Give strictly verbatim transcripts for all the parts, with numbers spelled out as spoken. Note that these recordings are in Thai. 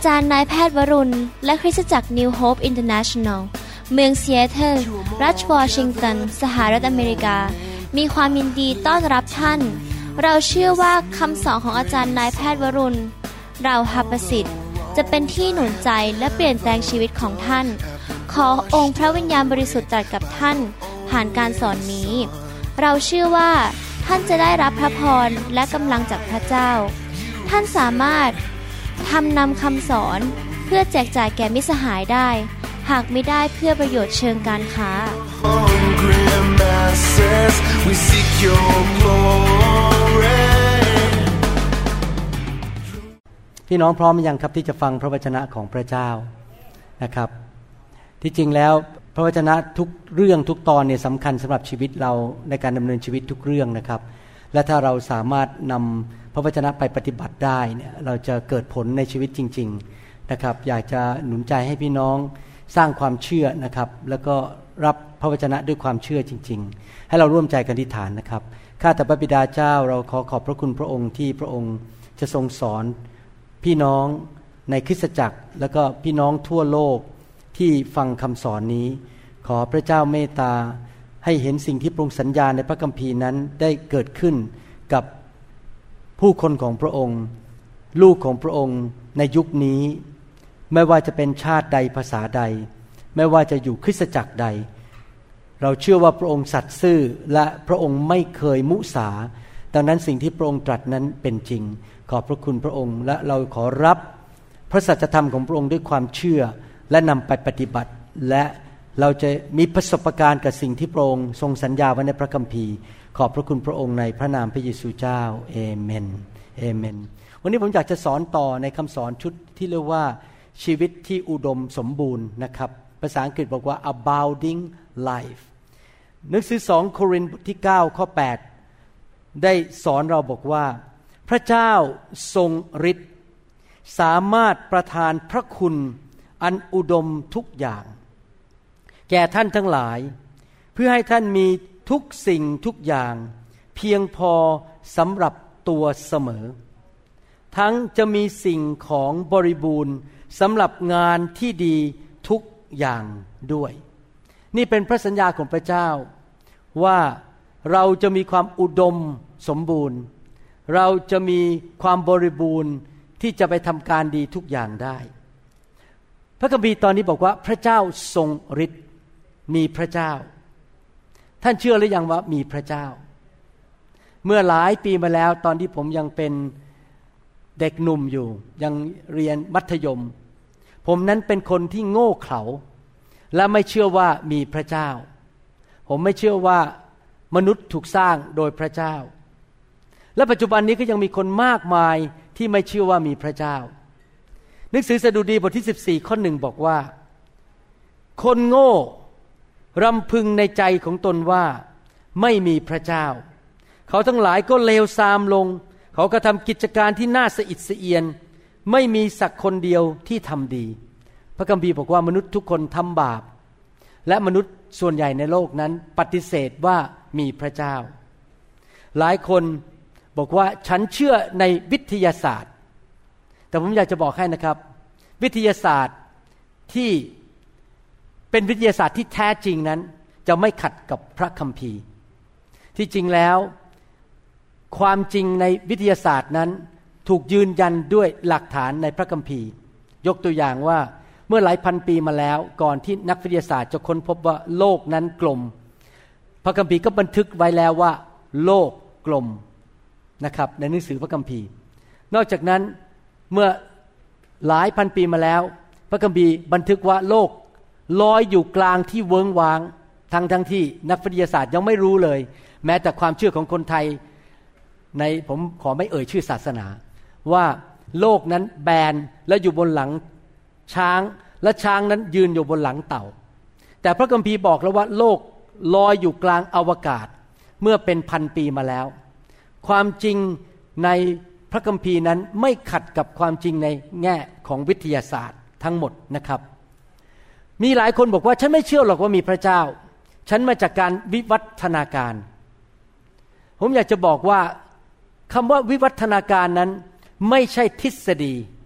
จารย์นายแพทย์วรุณและคริสตจักร New Hope International เมืองซีแอตเทิลรัฐวอชิงตันสหรัฐอเมริกามีความยินดีต้อนรับท่านเราเชื่อว่าคำสอนของอาจารย์นายแพทย์วรุณเราหประสิทธิ์จะเป็นที่หนุนใจและเปลี่ยนแปลงชีวิตของท่านขอองค์พระวิญญาณบริสุทธิ์ตรัสกับท่านผ่านการสอนนี้เราเชื่อว่าท่านจะได้รับพระพรและกำลังจากพระเจ้าท่านสามารถทำนำคำสอนเพื่อแจกจ่ายแก่มิตรสหายได้หากไม่ได้เพื่อประโยชน์เชิงการค้าพี่น้องพร้อมยังครับที่จะฟังพระวจนะของพระเจ้านะครับที่จริงแล้วพระวจนะทุกเรื่องทุกตอนเนี่ยสำคัญสำหรับชีวิตเราในการดำเนินชีวิตทุกเรื่องนะครับและถ้าเราสามารถนำพระวจนะไปปฏิบัติได้เนี่ยเราจะเกิดผลในชีวิตจริงๆนะครับอยากจะหนุนใจให้พี่น้องสร้างความเชื่อนะครับแล้วก็รับพระวจนะด้วยความเชื่อจริงๆให้เราร่วมใจกันอธิษฐานนะครับข้าแต่พระบิดาเจ้าเราขอขอบพระคุณพระองค์ที่พระองค์จะทรงสอนพี่น้องในคริสตจักรแล้วก็พี่น้องทั่วโลกที่ฟังคำสอนนี้ขอพระเจ้าเมตตาให้เห็นสิ่งที่พระองค์สัญญาในพระคัมภีร์นั้นได้เกิดขึ้นกับผู้คนของพระองค์ลูกของพระองค์ในยุคนี้ไม่ว่าจะเป็นชาติใดภาษาใดไม่ว่าจะอยู่คริสตจักรใดเราเชื่อว่าพระองค์สัตย์ซื่อและพระองค์ไม่เคยมุสาดังนั้นสิ่งที่พระองค์ตรัสนั้นเป็นจริงขอบพระคุณพระองค์และเราขอรับพระสัจธรรมของพระองค์ด้วยความเชื่อและนำไปปฏิบัติและเราจะมีประสบการณ์กับสิ่งที่พระองค์ทรงสัญญาไว้ในพระคัมภีร์ขอบพระคุณพระองค์ในพระนามพระเยซูเจ้าเอเมนเอเมนวันนี้ผมอยากจะสอนต่อในคำสอนชุดที่เรียกว่าชีวิตที่อุดมสมบูรณ์นะครับภาษาอังกฤษบอกว่า abounding life หนังสือสองโครินธ์บทที่เก้าข้อแปดได้สอนเราบอกว่าพระเจ้าทรงฤทธิ์สามารถประทานพระคุณอันอุดมทุกอย่างแก่ท่านทั้งหลายเพื่อให้ท่านมีทุกสิ่งทุกอย่างเพียงพอสำหรับตัวเสมอทั้งจะมีสิ่งของบริบูรณ์สำหรับงานที่ดีทุกอย่างด้วยนี่เป็นพระสัญญาของพระเจ้าว่าเราจะมีความอุดมสมบูรณ์เราจะมีความบริบูรณ์ที่จะไปทำการดีทุกอย่างได้พระคัมภีร์ตอนนี้บอกว่าพระเจ้าทรงฤทธิ์มีพระเจ้าท่านเชื่อหรือยังว่ามีพระเจ้าเมื่อหลายปีมาแล้วตอนที่ผมยังเป็นเด็กหนุ่มอยู่ยังเรียนมัธยมผมนั้นเป็นคนที่โง่เขลาและไม่เชื่อว่ามีพระเจ้าผมไม่เชื่อว่ามนุษย์ถูกสร้างโดยพระเจ้าและปัจจุบันนี้ก็ยังมีคนมากมายที่ไม่เชื่อว่ามีพระเจ้าหนังสือสดุดีบทที่สิบสี่ข้อหนึ่งบอกว่าคนโง่รำพึงในใจของตนว่าไม่มีพระเจ้าเขาทั้งหลายก็เลวทรามลงเขาก็ทำกิจการที่น่าสะอิดสะเอียนไม่มีสักคนเดียวที่ทำดีพระคัมภีร์บอกว่ามนุษย์ทุกคนทำบาปและมนุษย์ส่วนใหญ่ในโลกนั้นปฏิเสธว่ามีพระเจ้าหลายคนบอกว่าฉันเชื่อในวิทยาศาสตร์แต่ผมอยากจะบอกให้นะครับวิทยาศาสตร์ที่เป็นวิทยาศาสตร์ที่แท้จริงนั้นจะไม่ขัดกับพระคัมภีร์ที่จริงแล้วความจริงในวิทยาศาสตร์นั้นถูกยืนยันด้วยหลักฐานในพระคัมภีร์ยกตัวอย่างว่าเมื่อหลายพันปีมาแล้วก่อนที่นักวิทยาศาสตร์จะค้นพบว่าโลกนั้นกลมพระคัมภีร์ก็บันทึกไว้แล้วว่าโลกกลมนะครับในหนังสือพระคัมภีร์นอกจากนั้นเมื่อหลายพันปีมาแล้วพระคัมภีร์บันทึกว่าโลกลอยอยู่กลางที่เวิ้งว้างทั้งทั้งที่นักวิทยาศาสตร์ยังไม่รู้เลยแม้แต่ความเชื่อของคนไทยในผมขอไม่เอ่ยชื่อศาสนาว่าโลกนั้นแบนและอยู่บนหลังช้างและช้างนั้นยืนอยู่บนหลังเต่าแต่พระคัมภีร์บอกแล้วว่าโลกลอยอยู่กลางอวกาศเมื่อเป็นพันปีมาแล้วความจริงในพระคัมภีร์นั้นไม่ขัดกับความจริงในแง่ของวิทยาศาสตร์ทั้งหมดนะครับมีหลายคนบอกว่าฉันไม่เชื่อหรอกว่ามีพระเจ้าฉันมาจากการวิวัฒนาการผมอยากจะบอกว่าคำว่าวิวัฒนาการนั้นไม่ใช่ทฤษฎี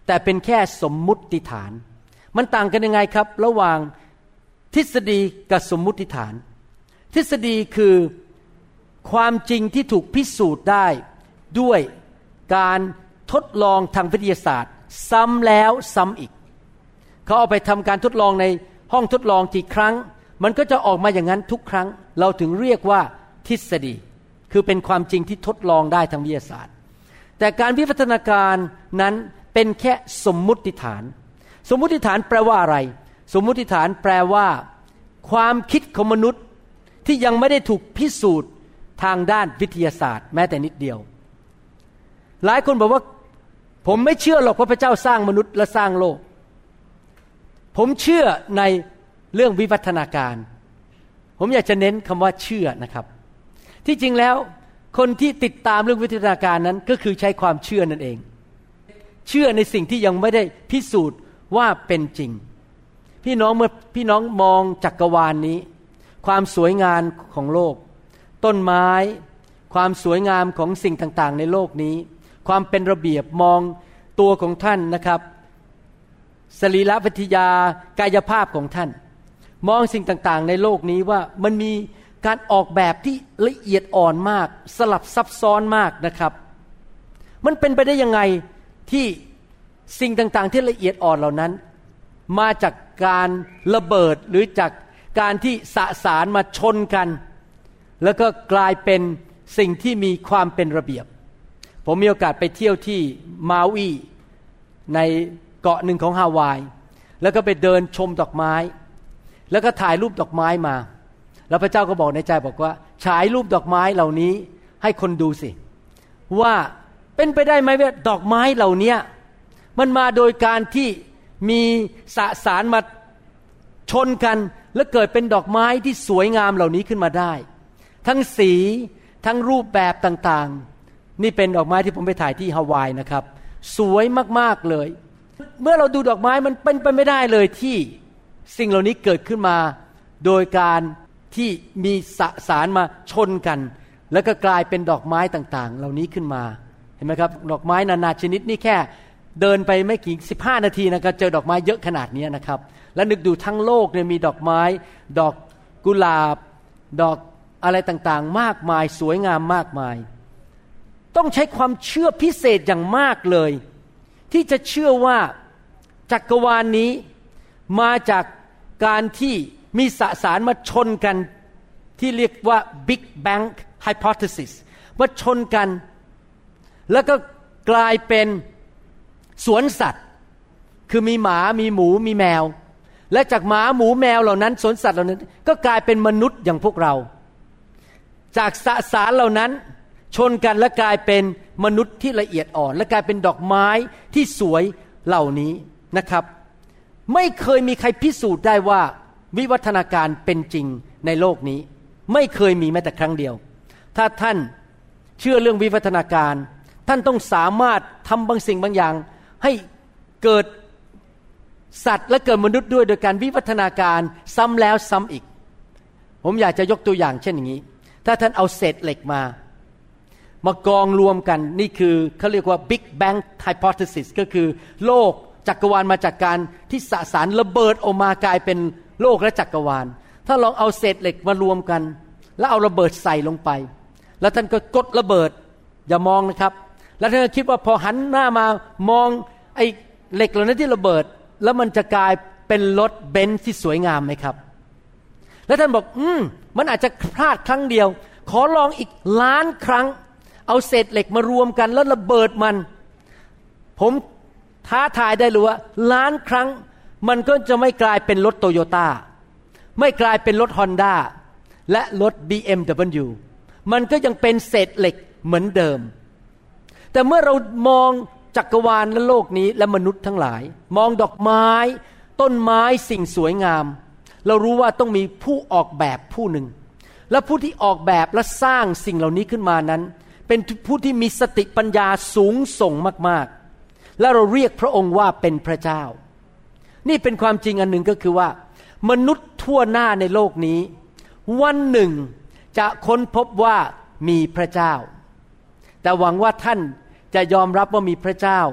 แต่เป็นแค่สมมุติฐานมันต่างกันยังไงครับระหว่างทฤษฎีกับสมมุติฐานทฤษฎีคือความจริงที่ถูกพิสูจน์ได้ด้วยการทดลองทางวิทยาศาสตร์ซ้ำแล้วซ้ำอีกเขาเอาไปทำการทดลองในห้องทดลองกี่ครั้งมันก็จะออกมาอย่างนั้นทุกครั้งเราถึงเรียกว่าทฤษฎีคือเป็นความจริงที่ทดลองได้ทางวิทยาศาสตร์แต่การวิวัฒนาการนั้นเป็นแค่สมมุติฐานสมมุติฐานแปลว่าอะไรสมมุติฐานแปลว่าความคิดของมนุษย์ที่ยังไม่ได้ถูกพิสูจน์ทางด้านวิทยาศาสตร์แม้แต่นิดเดียวหลายคนบอกว่าผมไม่เชื่อหรอกว่าพระเจ้าสร้างมนุษย์และสร้างโลกผมเชื่อในเรื่องวิวัฒนาการผมอยากจะเน้นคำว่าเชื่อนะครับที่จริงแล้วคนที่ติดตามเรื่องวิวัฒนาการนั้นก็คือใช้ความเชื่อนั่นเองเชื่อในสิ่งที่ยังไม่ได้พิสูจน์ว่าเป็นจริงพี่น้องเมื่อพี่น้องมองจักรวาล น, นี้ความสวยงามของโลกต้นไม้ความสวยงามของสิ่งต่างๆในโลกนี้ความเป็นระเบียบมองตัวของท่านนะครับสรีรวิทยากายภาพของท่านมองสิ่งต่างๆในโลกนี้ว่ามันมีการออกแบบที่ละเอียดอ่อนมากสลับซับซ้อนมากนะครับมันเป็นไปได้ยังไงที่สิ่งต่างๆที่ละเอียดอ่อนเหล่านั้นมาจากการระเบิดหรือจากการที่สสารมาชนกันแล้วก็กลายเป็นสิ่งที่มีความเป็นระเบียบผมมีโอกาสไปเที่ยวที่มาวีในเกาะหนึ่งของฮาวายแล้วก็ไปเดินชมดอกไม้แล้วก็ถ่ายรูปดอกไม้มาแล้วพระเจ้าก็บอกในใจบอกว่าฉายรูปดอกไม้เหล่านี้ให้คนดูสิว่าเป็นไปได้ไหมว่าดอกไม้เหล่านี้มันมาโดยการที่มีสสารมาชนกันแล้วเกิดเป็นดอกไม้ที่สวยงามเหล่านี้ขึ้นมาได้ทั้งสีทั้งรูปแบบต่างๆนี่เป็นดอกไม้ที่ผมไปถ่ายที่ฮาวายนะครับสวยมากๆเลยเมื่อเราดูดอกไม้มันเป็นไปไม่ได้เลยที่สิ่งเหล่านี้เกิดขึ้นมาโดยการที่มีสสารมาชนกันแล้วก็กลายเป็นดอกไม้ต่างๆเหล่านี้ขึ้นมาเห็นไหมครับดอกไม้นานาชนิดนี่แค่เดินไปไม่กี่สิบห้านาทีนะครับเจอดอกไม้เยอะขนาดนี้นะครับแล้วนึกดูทั้งโลกเนี่ยมีดอกไม้ดอกกุหลาบดอกอะไรต่างๆมากมายสวยงามมากมายต้องใช้ความเชื่อพิเศษอย่างมากเลยที่จะเชื่อว่าจักรวาล น, นี้มาจากการที่มีสสารมาชนกันที่เรียกว่า Big Bang Hypothesis มาชนกันแล้วก็กลายเป็นสวนสัตว์คือมีหมามีหมูมีแมวและจากหมาหมูแมวเหล่านั้นสวนสัตว์เหล่านั้นก็กลายเป็นมนุษย์อย่างพวกเราจากสสารเหล่านั้นชนกันและกลายเป็นมนุษย์ที่ละเอียดอ่อนและกลายเป็นดอกไม้ที่สวยเหล่านี้นะครับไม่เคยมีใครพิสูจน์ได้ว่าวิวัฒนาการเป็นจริงในโลกนี้ไม่เคยมีแม้แต่ครั้งเดียวถ้าท่านเชื่อเรื่องวิวัฒนาการท่านต้องสามารถทำบางสิ่งบางอย่างให้เกิดสัตว์และเกิดมนุษย์ด้วยโดยการวิวัฒนาการซ้ำแล้วซ้ำอีกผมอยากจะยกตัวอย่างเช่นอย่างนี้ถ้าท่านเอาเศษเหล็กมามากองรวมกันนี่คือเขาเรียกว่า Big Bang Hypothesis ก็คือโลกจักรวาลมาจากการที่สสารระเบิดออกมากลายเป็นโลกและจักรวาลถ้าลองเอาเศษเหล็กมารวมกันแล้วเอาระเบิดใส่ลงไปแล้วท่านก็กดระเบิดอย่ามองนะครับแล้วท่านก็คิดว่าพอหันหน้ามามองไอ้เหล็กเหล่านั้นที่ระเบิดแล้วมันจะกลายเป็นรถเบนซ์ที่สวยงามไหมครับแล้วท่านบอกอืมมันอาจจะพลาดครั้งเดียวขอลองอีกล้านครั้งเอาเศษเหล็กมารวมกันแล้วระเบิดมันผมท้าทายได้เลยว่าล้านครั้งมันก็จะไม่กลายเป็นรถโตโยต้าไม่กลายเป็นรถ Honda และรถ บี เอ็ม ดับเบิลยู มันก็ยังเป็นเศษเหล็กเหมือนเดิมแต่เมื่อเรามองจักรวาลและโลกนี้และมนุษย์ทั้งหลายมองดอกไม้ต้นไม้สิ่งสวยงามเรารู้ว่าต้องมีผู้ออกแบบผู้หนึ่งและผู้ที่ออกแบบและสร้างสิ่งเหล่านี้ขึ้นมานั้นเป็นผู้ที่มีสติปัญญาสูงส่งมากๆและเราเรียกพระองค์ว่าเป็นพระเจ้านี่เป็นความจริงอันหนึ่งก็คือว่ามนุษย์ทั่วหน้าในโลกนี้วันหนึ่งจะค้นพบว่ามีพระเจ้าแต่หวังว่าท่านจะยอมรับว่ามีพระเจ้า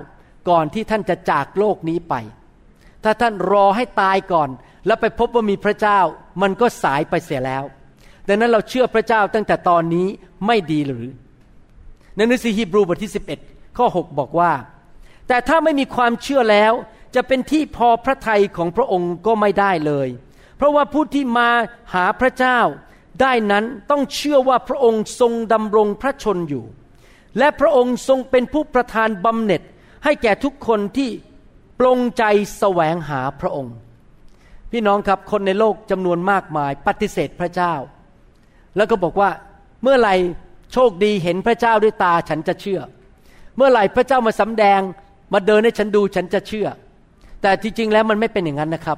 ก่อนที่ท่านจะจากโลกนี้ไปถ้าท่านรอให้ตายก่อนแล้วไปพบว่ามีพระเจ้ามันก็สายไปเสียแล้วดังนั้นเราเชื่อพระเจ้าตั้งแต่ตอนนี้ไม่ดีหรือในหนังสือฮีบรูบทที่สิบเอ็ดข้อหกบอกว่าแต่ถ้าไม่มีความเชื่อแล้วจะเป็นที่พอพระทัยของพระองค์ก็ไม่ได้เลยเพราะว่าผู้ที่มาหาพระเจ้าได้นั้นต้องเชื่อว่าพระองค์ทรงดำรงพระชนอยู่และพระองค์ทรงเป็นผู้ประทานบำเหน็จให้แก่ทุกคนที่ปลงใจแสวงหาพระองค์พี่น้องครับคนในโลกจำนวนมากมายปฏิเสธพระเจ้าแล้วก็บอกว่าเมื่อไหร่โชคดีเห็นพระเจ้าด้วยตาฉันจะเชื่อเมื่อไหร่พระเจ้ามาสำแดงมาเดินให้ฉันดูฉันจะเชื่อแต่ที่จริงแล้วมันไม่เป็นอย่างนั้นนะครับ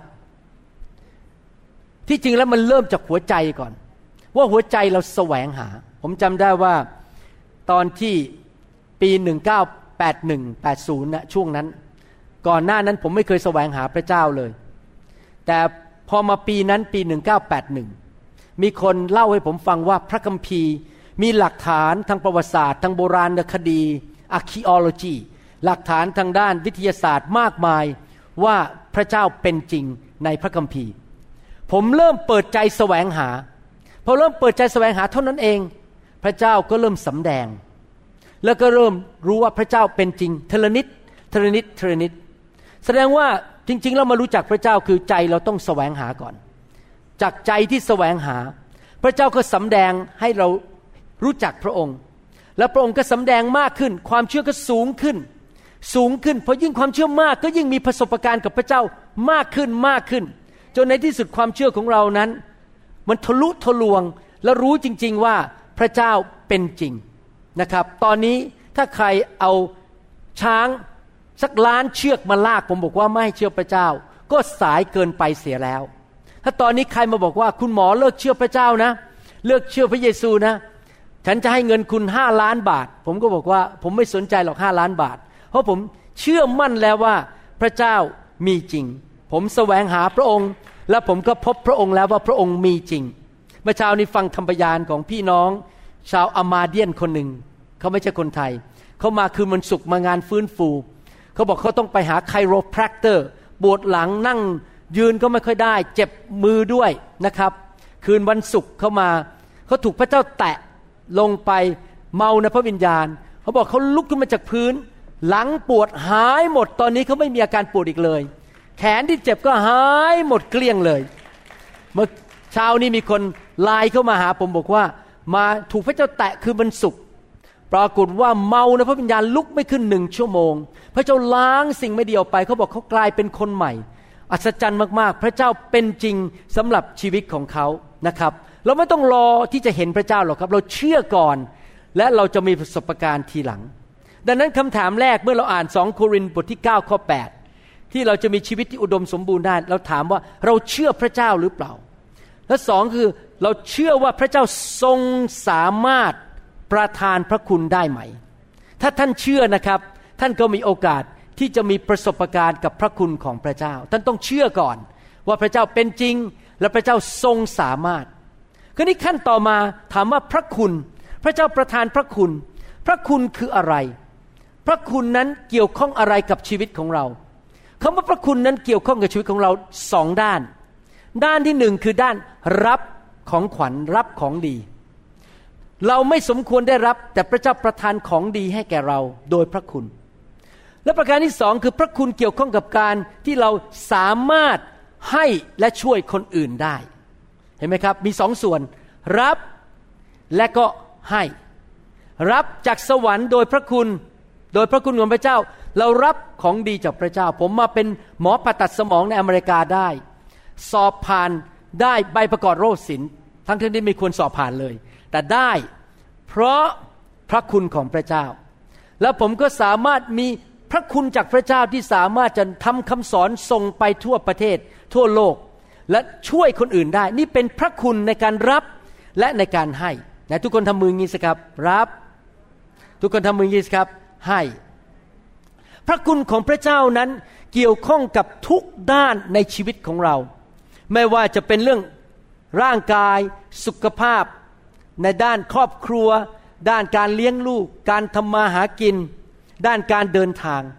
ที่จริงแล้วมันเริ่มจากหัวใจก่อนว่าหัวใจเราแสวงหาผมจำได้ว่าตอนที่ปีหนึ่งเก้าแปดหนึ่ง แปดศูนย์นะช่วงนั้นก่อนหน้านั้นผมไม่เคยแสวงหาพระเจ้าเลยแต่พอมาปีนั้นปีหนึ่งเก้าแปดหนึ่งมีคนเล่าให้ผมฟังว่าพระคัมภีร์มีหลักฐานทางประวัติศาสตร์ทางโบราณคดี archaeology หลักฐานทางด้านวิทยาศาสตร์มากมายว่าพระเจ้าเป็นจริงในพระคัมภีร์ผมเริ่มเปิดใจแสวงหาพอเริ่มเปิดใจแสวงหาเท่านั้นเองพระเจ้าก็เริ่มสำแดงแล้วก็เริ่มรู้ว่าพระเจ้าเป็นจริงทีละนิดทีละนิดทีละนิดแสดงว่าจริงๆเรามารู้จักพระเจ้าคือใจเราต้องแสวงหาก่อนจากใจที่แสวงหาพระเจ้าก็สำแดงให้เรารู้จักพระองค์แล้วพระองค์ก็สำแดงมากขึ้นความเชื่อก็สูงขึ้นสูงขึ้นเพราะยิ่งความเชื่อมากก็ยิ่งมีประสบการณ์กับพระเจ้ามากขึ้นมากขึ้นจนในที่สุดความเชื่อของเรานั้นมันทะลุทะลวงและรู้จริงๆว่าพระเจ้าเป็นจริงนะครับตอนนี้ถ้าใครเอาช้างสักล้านเชือกมาลากผมบอกว่าไม่ให้เชื่อพระเจ้าก็สายเกินไปเสียแล้วถ้าตอนนี้ใครมาบอกว่าคุณหมอเลิกเชื่อพระเจ้านะเลิกเชื่อพระเยซูนะฉันจะให้เงินคุณห้าล้านบาทผมก็บอกว่าผมไม่สนใจหรอกห้าล้านบาทเพราะผมเชื่อมั่นแล้วว่าพระเจ้ามีจริงผมแสวงหาพระองค์และผมก็พบพระองค์แล้วว่าพระองค์มีจริงเมื่อเช้านี้ฟังธรรมบรรยายของพี่น้องชาวอามาเดียนคนหนึ่งเขาไม่ใช่คนไทยเขามาคืนวันศุกร์มางานฟื้นฟูเขาบอกเขาต้องไปหาไคโรแพคเตอร์ปวดหลังนั่งยืนก็ไม่ค่อยได้เจ็บมือด้วยนะครับคืนวันศุกร์เขามาเขาถูกพระเจ้าแตะลงไปเมาในพระวิญญาณเขาบอกเขาลุกขึ้นมาจากพื้นหลังปวดหายหมดตอนนี้เขาไม่มีอาการปวดอีกเลยแขนที่เจ็บก็หายหมดเกลี้ยงเลยเมื่อเช้านี้มีคนไลน์เข้ามาหาผมบอกว่ามาถูกพระเจ้าแตะคือวันศุกร์ปรากฏว่าเมาในพระวิญญาณลุกไม่ขึ้นหนึ่งชั่วโมงพระเจ้าล้างสิ่งไม่ดีออกไปเขาบอกเขากลายเป็นคนใหม่อัศจรรย์มากๆพระเจ้าเป็นจริงสำหรับชีวิตของเขานะครับเราไม่ต้องรอที่จะเห็นพระเจ้าหรอกครับเราเชื่อก่อนและเราจะมีประสบการณ์ทีหลังดังนั้นคำถามแรกเมื่อเราอ่านสองโครินธ์บทที่เก้าข้อแปดที่เราจะมีชีวิตที่อุดมสมบูรณ์ได้เราถามว่าเราเชื่อพระเจ้าหรือเปล่าและสองคือเราเชื่อว่าพระเจ้าทรงสามารถประทานพระคุณได้ไหมถ้าท่านเชื่อนะครับท่านก็มีโอกาสที่จะมีประสบการณ์กับพระคุณของพระเจ้าท่านต้องเชื่อก่อนว่าพระเจ้าเป็นจริงและพระเจ้าทรงสามารถคราวนี้ขั้นต่อมาถามว่าพระคุณพระเจ้าประทานพระคุณพระคุณคืออะไรพระคุณนั้นเกี่ยวข้องอะไรกับชีวิตของเราคำว่าพระคุณนั้นเกี่ยวข้องกับชีวิตของเราสองด้านด้านที่หนึ่งคือด้านรับของขวัญรับของดีเราไม่สมควรได้รับแต่พระเจ้าประทานของดีให้แก่เราโดยพระคุณและประการที่สองคือพระคุณเกี่ยวข้องกับการที่เราสามารถให้และช่วยคนอื่นได้เห็นไหมครับมีสองส่วนรับและก็ให้รับจากสวรรค์โดยพระคุณโดยพระคุณของพระเจ้าเรารับของดีจากพระเจ้าผมมาเป็นหมอผ่าตัดสมองในอเมริกาได้สอบผ่านได้ใบประกอบโรคศิลป์ทั้งที่ไม่ควรสอบผ่านเลยแต่ได้เพราะพระคุณของพระเจ้าแล้วผมก็สามารถมีพระคุณจากพระเจ้าที่สามารถจะทำคำสอนส่งไปทั่วประเทศทั่วโลกและช่วยคนอื่นได้นี่เป็นพระคุณในการรับและในการให้นะทุกคนทำมืองี้สิครับรับทุกคนทำมืองี้สิครับให้พระคุณของพระเจ้านั้นเกี่ยวข้องกับทุกด้านในชีวิตของเราไม่ว่าจะเป็นเรื่องร่างกายสุขภาพในด้านครอบครัวด้านการเลี้ยงลูกการทำมาหากินด้านการเดินทาง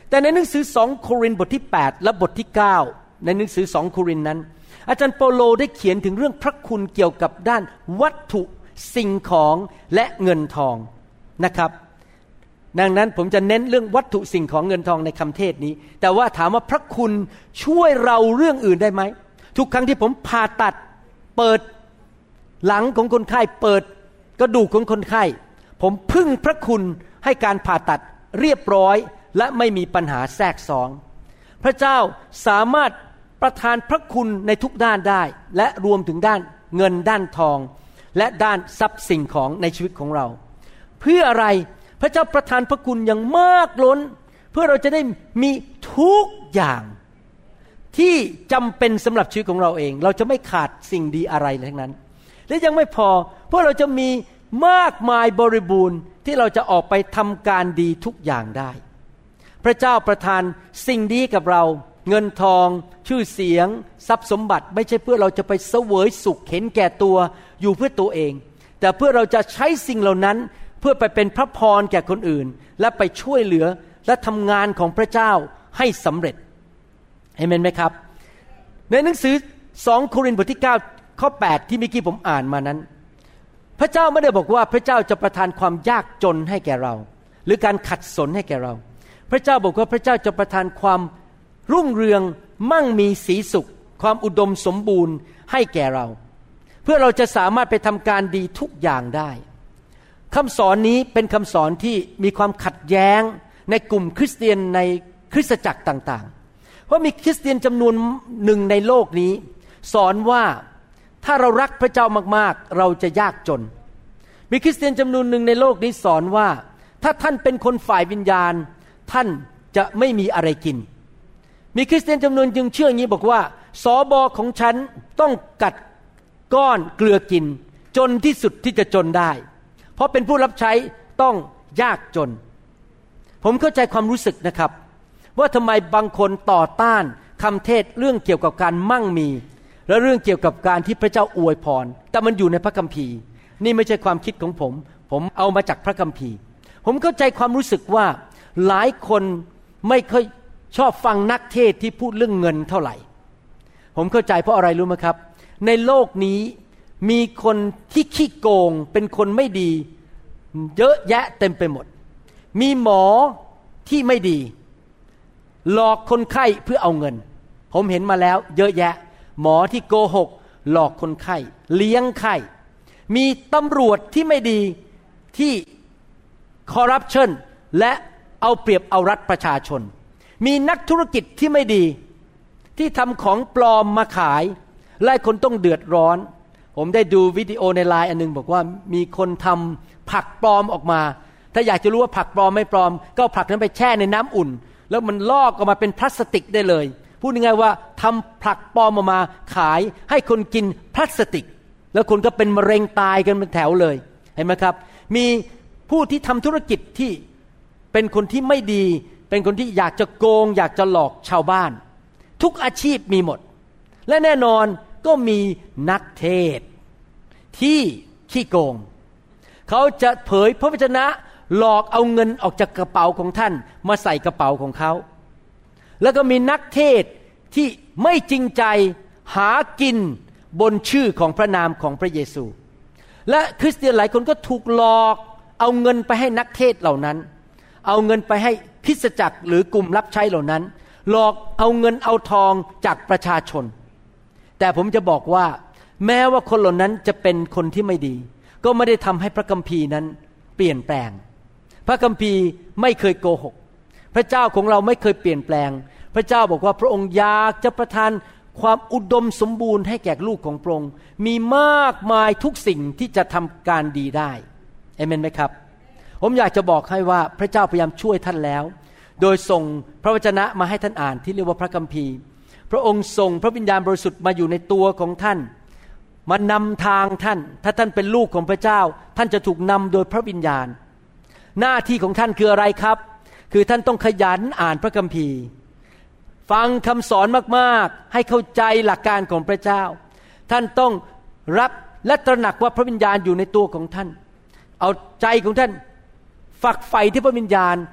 แต่ในหนังสือสองโครินธ์บทที่แปดและบทที่เก้าในหนังสือสองโครินธ์นั้นอาจารย์เปาโลได้เขียนถึงเรื่องพระคุณเกี่ยวกับด้านวัตถุสิ่งของและเงินทองนะครับดังนั้นผมจะเน้นเรื่องวัตถุสิ่งของเงินทองในคำเทศนี้แต่ว่าถามว่าพระคุณช่วยเราเรื่องอื่นได้ไหมทุกครั้งที่ผมผ่าตัดเปิดหลังของคนไข้เปิดกระดูกของคนไข้ผมพึ่งพระคุณให้การผ่าตัดเรียบร้อยและไม่มีปัญหาแทรกซ้อนพระเจ้าสามารถประทานพระคุณในทุกด้านได้และรวมถึงด้านเงินด้านทองและด้านทรัพย์สิ่งของในชีวิตของเราเพื่ออะไรพระเจ้าประทานพระคุณอย่างมากล้นเพื่อเราจะได้มีทุกอย่างที่จำเป็นสำหรับชีวิตของเราเองเราจะไม่ขาดสิ่งดีอะไรทั้งนั้นและยังไม่พอเพราะเราจะมีมากมายบริบูรณ์ที่เราจะออกไปทำการดีทุกอย่างได้พระเจ้าประทานสิ่งดีกับเราเงินทองชื่อเสียงทรัพย์สมบัติไม่ใช่เพื่อเราจะไปเสวยสุขเห็นแก่ตัวอยู่เพื่อตัวเองแต่เพื่อเราจะใช้สิ่งเหล่านั้นเพื่อไปเป็นพระพรแก่คนอื่นและไปช่วยเหลือและทำงานของพระเจ้าให้สำเร็จเอเมนไหมครับในหนังสือสองโครินธ์บทที่เก้าข้อแปดที่เมื่อกี้ผมอ่านมานั้นพระเจ้าไม่ได้บอกว่าพระเจ้าจะประทานความยากจนให้แก่เราหรือการขัดสนให้แก่เราพระเจ้าบอกว่าพระเจ้าจะประทานความรุ่งเรืองมั่งมีสีสุขความอุดมสมบูรณ์ให้แก่เราเพื่อเราจะสามารถไปทำการดีทุกอย่างได้คำสอนนี้เป็นคำสอนที่มีความขัดแย้งในกลุ่มคริสเตียนในคริสตจักรต่างๆเพราะมีคริสเตียนจำนวนหนึ่งในโลกนี้สอนว่าถ้าเรารักพระเจ้ามากๆเราจะยากจนมีคริสเตียนจำนวนหนึ่งในโลกนี้สอนว่าถ้าท่านเป็นคนฝ่ายวิญญาณท่านจะไม่มีอะไรกินมีคริสเตียนจำนวนจึงเชื่ออย่างนี้บอกว่าสบของฉันต้องกัดก้อนเกลือกินจนที่สุดที่จะจนได้เพราะเป็นผู้รับใช้ต้องยากจนผมเข้าใจความรู้สึกนะครับว่าทำไมบางคนต่อต้านคำเทศเรื่องเกี่ยวกับการมั่งมีและเรื่องเกี่ยวกับการที่พระเจ้าอวยพรแต่มันอยู่ในพระคัมภีร์นี่ไม่ใช่ความคิดของผมผมเอามาจากพระคัมภีร์ผมเข้าใจความรู้สึกว่าหลายคนไม่ค่อยชอบฟังนักเทศที่พูดเรื่องเงินเท่าไหร่ผมเข้าใจเพราะอะไรรู้ไหมครับในโลกนี้มีคนที่ขี้โกงเป็นคนไม่ดีเยอะแยะเต็มไปหมดมีหมอที่ไม่ดีหลอกคนไข้เพื่อเอาเงินผมเห็นมาแล้วเยอะแยะหมอที่โกหกหลอกคนไข้เลี้ยงไข้มีตำรวจที่ไม่ดีที่คอร์รัปชันและเอาเปรียบเอารัดประชาชนมีนักธุรกิจที่ไม่ดีที่ทำของปลอมมาขายและคนต้องเดือดร้อนผมได้ดูวิดีโอในไลน์อันนึงบอกว่ามีคนทำผักปลอมออกมาถ้าอยากจะรู้ว่าผักปลอมไม่ปลอมก็เอาผักนั้นไปแช่ในน้ำอุ่นแล้วมันลอกออกมาเป็นพลาสติกได้เลยพูดง่ายๆว่าทำผักปลอมออกมาขายให้คนกินพลาสติกแล้วคนก็เป็นมะเร็งตายกันเป็นแถวเลยเห็นไหมครับมีผู้ที่ทำธุรกิจที่เป็นคนที่ไม่ดีเป็นคนที่อยากจะโกงอยากจะหลอกชาวบ้านทุกอาชีพมีหมดและแน่นอนก็มีนักเทศที่ขี้โกงเขาจะเผยพระวจนะหลอกเอาเงินออกจากกระเป๋าของท่านมาใส่กระเป๋าของเขาแล้วก็มีนักเทศที่ไม่จริงใจหากินบนชื่อของพระนามของพระเยซูและคริสเตียนหลายคนก็ถูกหลอกเอาเงินไปให้นักเทศเหล่านั้นเอาเงินไปให้คริสตจักรหรือกลุ่มรับใช้เหล่านั้นหลอกเอาเงินเอาทองจากประชาชนแต่ผมจะบอกว่าแม้ว่าคนเหล่านั้นจะเป็นคนที่ไม่ดีก็ไม่ได้ทำให้พระคัมภีร์นั้นเปลี่ยนแปลงพระคัมภีร์ไม่เคยโกหกพระเจ้าของเราไม่เคยเปลี่ยนแปลงพระเจ้าบอกว่าพระองค์อยากจะประทานความอุดมสมบูรณ์ให้แก่ลูกของพระองค์มีมากมายทุกสิ่งที่จะทำการดีได้เอเมนไหมครับผมอยากจะบอกให้ว่าพระเจ้าพยายามช่วยท่านแล้วโดยส่งพระวจนะมาให้ท่านอ่านที่เรียกว่าพระคัมภีร์พระองค์ส่งพระวิญญาณบริสุทธิ์มาอยู่ในตัวของท่านมานำทางท่านถ้าท่านเป็นลูกของพระเจ้าท่านจะถูกนำโดยพระวิญญาณหน้าที่ของท่านคืออะไรครับคือท่านต้องขยันอ่านพระคัมภีร์ฟังคำสอนมากๆให้เข้าใจหลักการของพระเจ้าท่านต้องรับและตระหนักว่าพระวิญญาณอยู่ในตัวของท่านเอาใจของท่านฝักใฝ่ที่พระวิญญาณ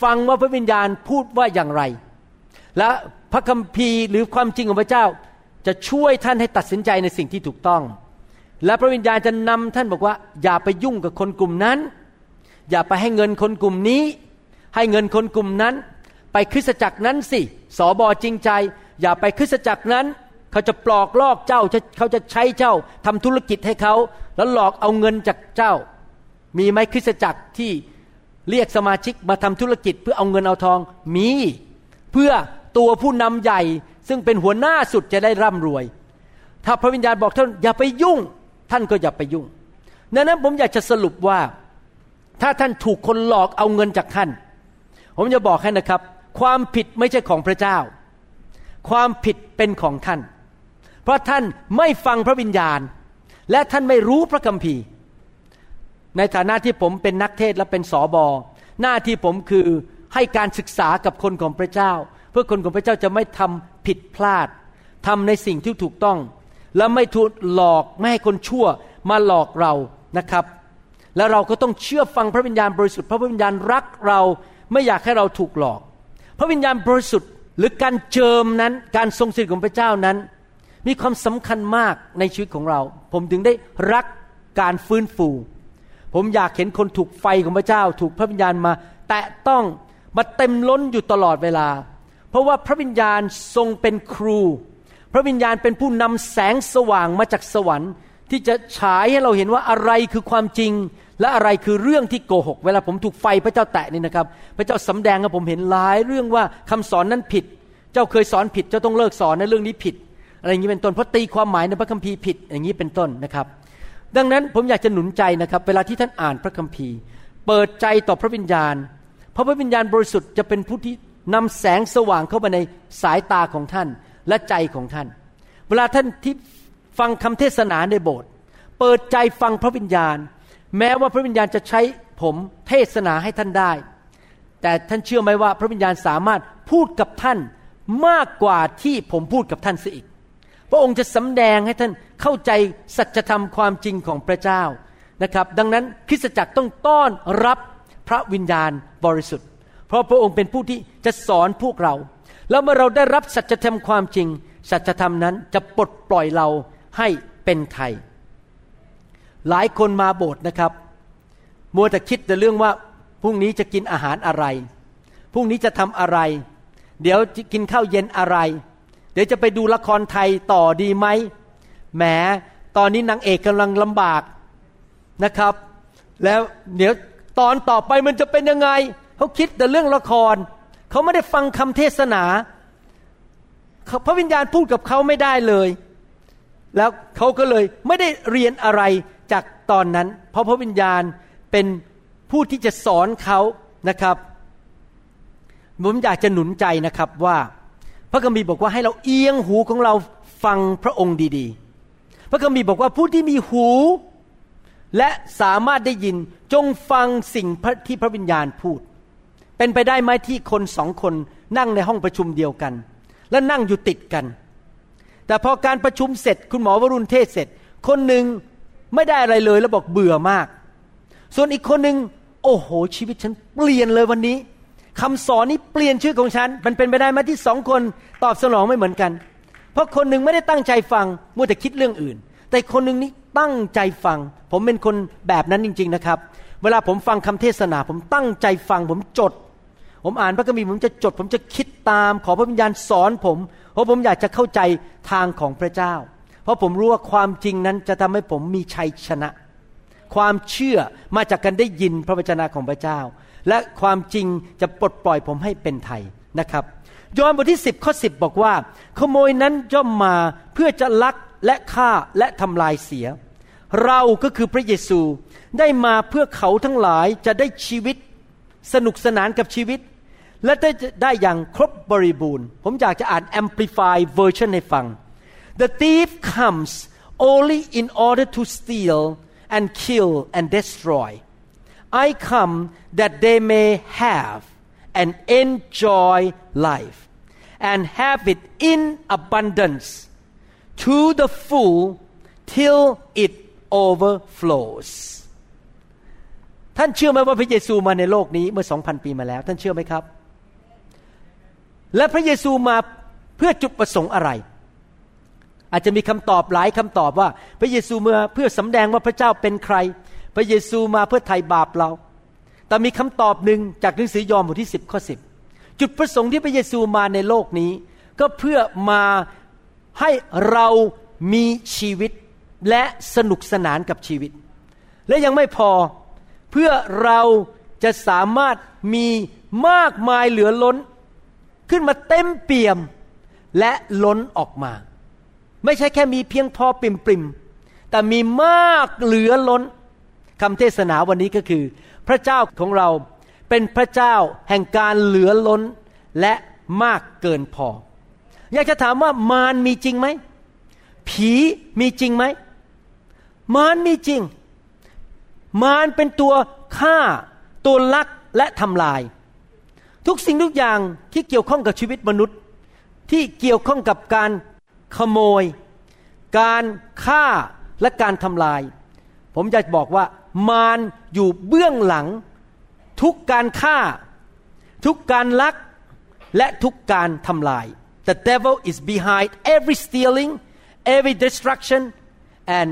ฟังว่าพระวิญญาณพูดว่าอย่างไรและพระคัมภีร์หรือความจริงของพระเจ้าจะช่วยท่านให้ตัดสินใจในสิ่งที่ถูกต้องและพระวิญญาณจะนำท่านบอกว่าอย่าไปยุ่งกับคนกลุ่มนั้นอย่าไปให้เงินคนกลุ่มนี้ให้เงินคนกลุ่มนั้นไปคริสตจักรนั้นสิสบจริงใจอย่าไปคริสตจักรนั้นเขาจะปลอกลอกเจ้าเขาจะใช้เจ้าทำธุรกิจให้เขาแล้วหลอกเอาเงินจากเจ้ามีไหมคริสตจักรที่เรียกสมาชิกมาทำธุรกิจเพื่อเอาเงินเอาทองมีเพื่อตัวผู้นำใหญ่ซึ่งเป็นหัวหน้าสุดจะได้ร่ำรวยถ้าพระวิญญาณบอกท่านอย่าไปยุ่งท่านก็อย่าไปยุ่งดังนั้นผมอยากจะสรุปว่าถ้าท่านถูกคนหลอกเอาเงินจากท่านผมจะบอกให้นะครับความผิดไม่ใช่ของพระเจ้าความผิดเป็นของท่านเพราะท่านไม่ฟังพระวิญญาณและท่านไม่รู้พระคัมภีร์ในฐานะที่ผมเป็นนักเทศและเป็นสบหน้าที่ผมคือให้การศึกษากับคนของพระเจ้าเพื่อคนของพระเจ้าจะไม่ทำผิดพลาดทำในสิ่งที่ถูกต้องและไม่ถูกหลอกไม่ให้คนชั่วมาหลอกเรานะครับแล้วเราก็ต้องเชื่อฟังพระวิญญาณบริสุทธิ์เพราะพระวิญญาณรักเราไม่อยากให้เราถูกหลอกพระวิญญาณบริสุทธิ์หรือการเจิมนั้นการทรงสิทธิ์ของพระเจ้านั้นมีความสำคัญมากในชีวิตของเราผมถึงได้รักการฟื้นฟูผมอยากเห็นคนถูกไฟของพระเจ้าถูกพระวิญญาณมาแตะต้องมาเต็มล้นอยู่ตลอดเวลาเพราะว่าพระวิญญาณทรงเป็นครูพระวิญญาณเป็นผู้นำแสงสว่างมาจากสวรรค์ที่จะฉายให้เราเห็นว่าอะไรคือความจริงและอะไรคือเรื่องที่โกหกเวลาผมถูกไฟพระเจ้าแตะนี่นะครับพระเจ้าสำแดงให้ผมเห็นหลายเรื่องว่าคำสอนนั้นผิดเจ้าเคยสอนผิดเจ้าต้องเลิกสอนในเรื่องนี้ผิดอะไรอย่างนี้เป็นต้นเพราะตีความหมายในพระคัมภีร์ผิดอย่างนี้เป็นต้นนะครับดังนั้นผมอยากจะหนุนใจนะครับเวลาที่ท่านอ่านพระคัมภีร์เปิดใจต่อพระวิญญาณเพราะพระวิญญาณบริสุทธิ์จะเป็นผู้ที่นำแสงสว่างเข้ามาในสายตาของท่านและใจของท่านเวลาท่านที่ฟังคำเทศนาในโบสถ์เปิดใจฟังพระวิญญาณแม้ว่าพระวิญญาณจะใช้ผมเทศนาให้ท่านได้แต่ท่านเชื่อไหมว่าพระวิญญาณสามารถพูดกับท่านมากกว่าที่ผมพูดกับท่านเสียอีกพระองค์จะสำแดงให้ท่านเข้าใจสัจธรรมความจริงของพระเจ้านะครับดังนั้นคริสตจักรต้องต้อนรับพระวิญญาณบริสุทธิ์เพราะพระองค์เป็นผู้ที่จะสอนพวกเราแล้วเมื่อเราได้รับสัจธรรมความจริงสัจธรรมนั้นจะปลดปล่อยเราให้เป็นไทยหลายคนมาโบสถ์นะครับมัวแต่คิดแต่เรื่องว่าพรุ่งนี้จะกินอาหารอะไรพรุ่งนี้จะทำอะไรเดี๋ยวจะกินข้าวเย็นอะไรเดี๋ยวจะไปดูละครไทยต่อดีไหมแหมตอนนี้นางเอกกำลังลำบากนะครับแล้วเดี๋ยวตอนต่อไปมันจะเป็นยังไงเขาคิดแต่เรื่องละครเขาไม่ได้ฟังคำเทศนาพระวิญญาณพูดกับเขาไม่ได้เลยแล้วเขาก็เลยไม่ได้เรียนอะไรจากตอนนั้นเพราะพระวิญญาณเป็นผู้ที่จะสอนเขานะครับผมอยากจะหนุนใจนะครับว่าพระคัมภีร์บอกว่าให้เราเอียงหูของเราฟังพระองค์ดีๆพระคัมภีร์บอกว่าผู้ที่มีหูและสามารถได้ยินจงฟังสิ่งที่พระวิญญาณพูดเป็นไปได้ไหมที่คนสองคนนั่งในห้องประชุมเดียวกันและนั่งอยู่ติดกันแต่พอการประชุมเสร็จคุณหมอวรุณเทศเสร็จคนหนึ่งไม่ได้อะไรเลยแล้วบอกเบื่อมากส่วนอีกคนหนึ่งโอ้โหชีวิตฉันเปลี่ยนเลยวันนี้คำสอนนี้เปลี่ยนชีวิตของฉันมันเป็นไปได้ไหมที่สองคนตอบสนองไม่เหมือนกันเพราะคนหนึ่งไม่ได้ตั้งใจฟังมัวแต่คิดเรื่องอื่นแต่คนหนึ่งนี้ตั้งใจฟังผมเป็นคนแบบนั้นจริงๆนะครับเวลาผมฟังคำเทศนาผมตั้งใจฟังผมจดผมอ่านพระคัมภีร์ผมจะจดผมจะคิดตามขอพระวิญญาณสอนผมเพราะผมอยากจะเข้าใจทางของพระเจ้าเพราะผมรู้ว่าความจริงนั้นจะทำให้ผมมีชัยชนะความเชื่อมาจากการได้ยินพระวจนะของพระเจ้าและความจริงจะปลดปล่อยผมให้เป็นไทยนะครับยอห์นบทที่สิบข้อสิบบอกว่าขโมยนั้นย่อมมาเพื่อจะลักและฆ่าและทำลายเสียเราก็คือพระเยซูได้มาเพื่อเขาทั้งหลายจะได้ชีวิตสนุกสนานกับชีวิตและได้ได้อย่างครบบริบูรณ์ผมอยากจะอ่าน Amplify version ให้ฟัง The thief comes only in order to steal and kill and destroy I come that they may have and enjoy life and have it in abundance to the full till it overflows ถ้าท่านเชื่อไหมว่าพระเยซูมาในโลกนี้เมื่อ สองพัน ปีมาแล้วท่านเชื่อไหมครับและพระเยซูมาเพื่อจุดประสงค์อะไรอาจจะมีคำตอบหลายคำตอบว่าพระเยซูมาเพื่อสำแดงว่าพระเจ้าเป็นใครพระเยซูมาเพื่อไถ่บาปเราแต่มีคำตอบหนึ่งจากหนังสือยอห์นบทที่สิบข้อสิบจุดประสงค์ที่พระเยซูมาในโลกนี้ก็เพื่อมาให้เรามีชีวิตและสนุกสนานกับชีวิตและยังไม่พอเพื่อเราจะสามารถมีมากมายเหลือล้นขึ้นมาเต็มเปี่ยมและล้นออกมาไม่ใช่แค่มีเพียงพอปริ่มๆแต่มีมากเหลือล้นคำเทศนาวันนี้ก็คือพระเจ้าของเราเป็นพระเจ้าแห่งการเหลือล้นและมากเกินพออยากจะถามว่ามารมีจริงไหมผีมีจริงไหมมารมีจริงมารเป็นตัวฆ่าตัวลักและทำลายทุกสิ่งทุกอย่างที่เกี่ยวข้องกับชีวิตมนุษย์ที่เกี่ยวข้องกับการขโมยการฆ่าและการทำลายผมอยากบอกว่ามารอยู่เบื้องหลังทุกการฆ่าทุกการลักและทุกการทำลาย The devil is behind every stealing, every destruction and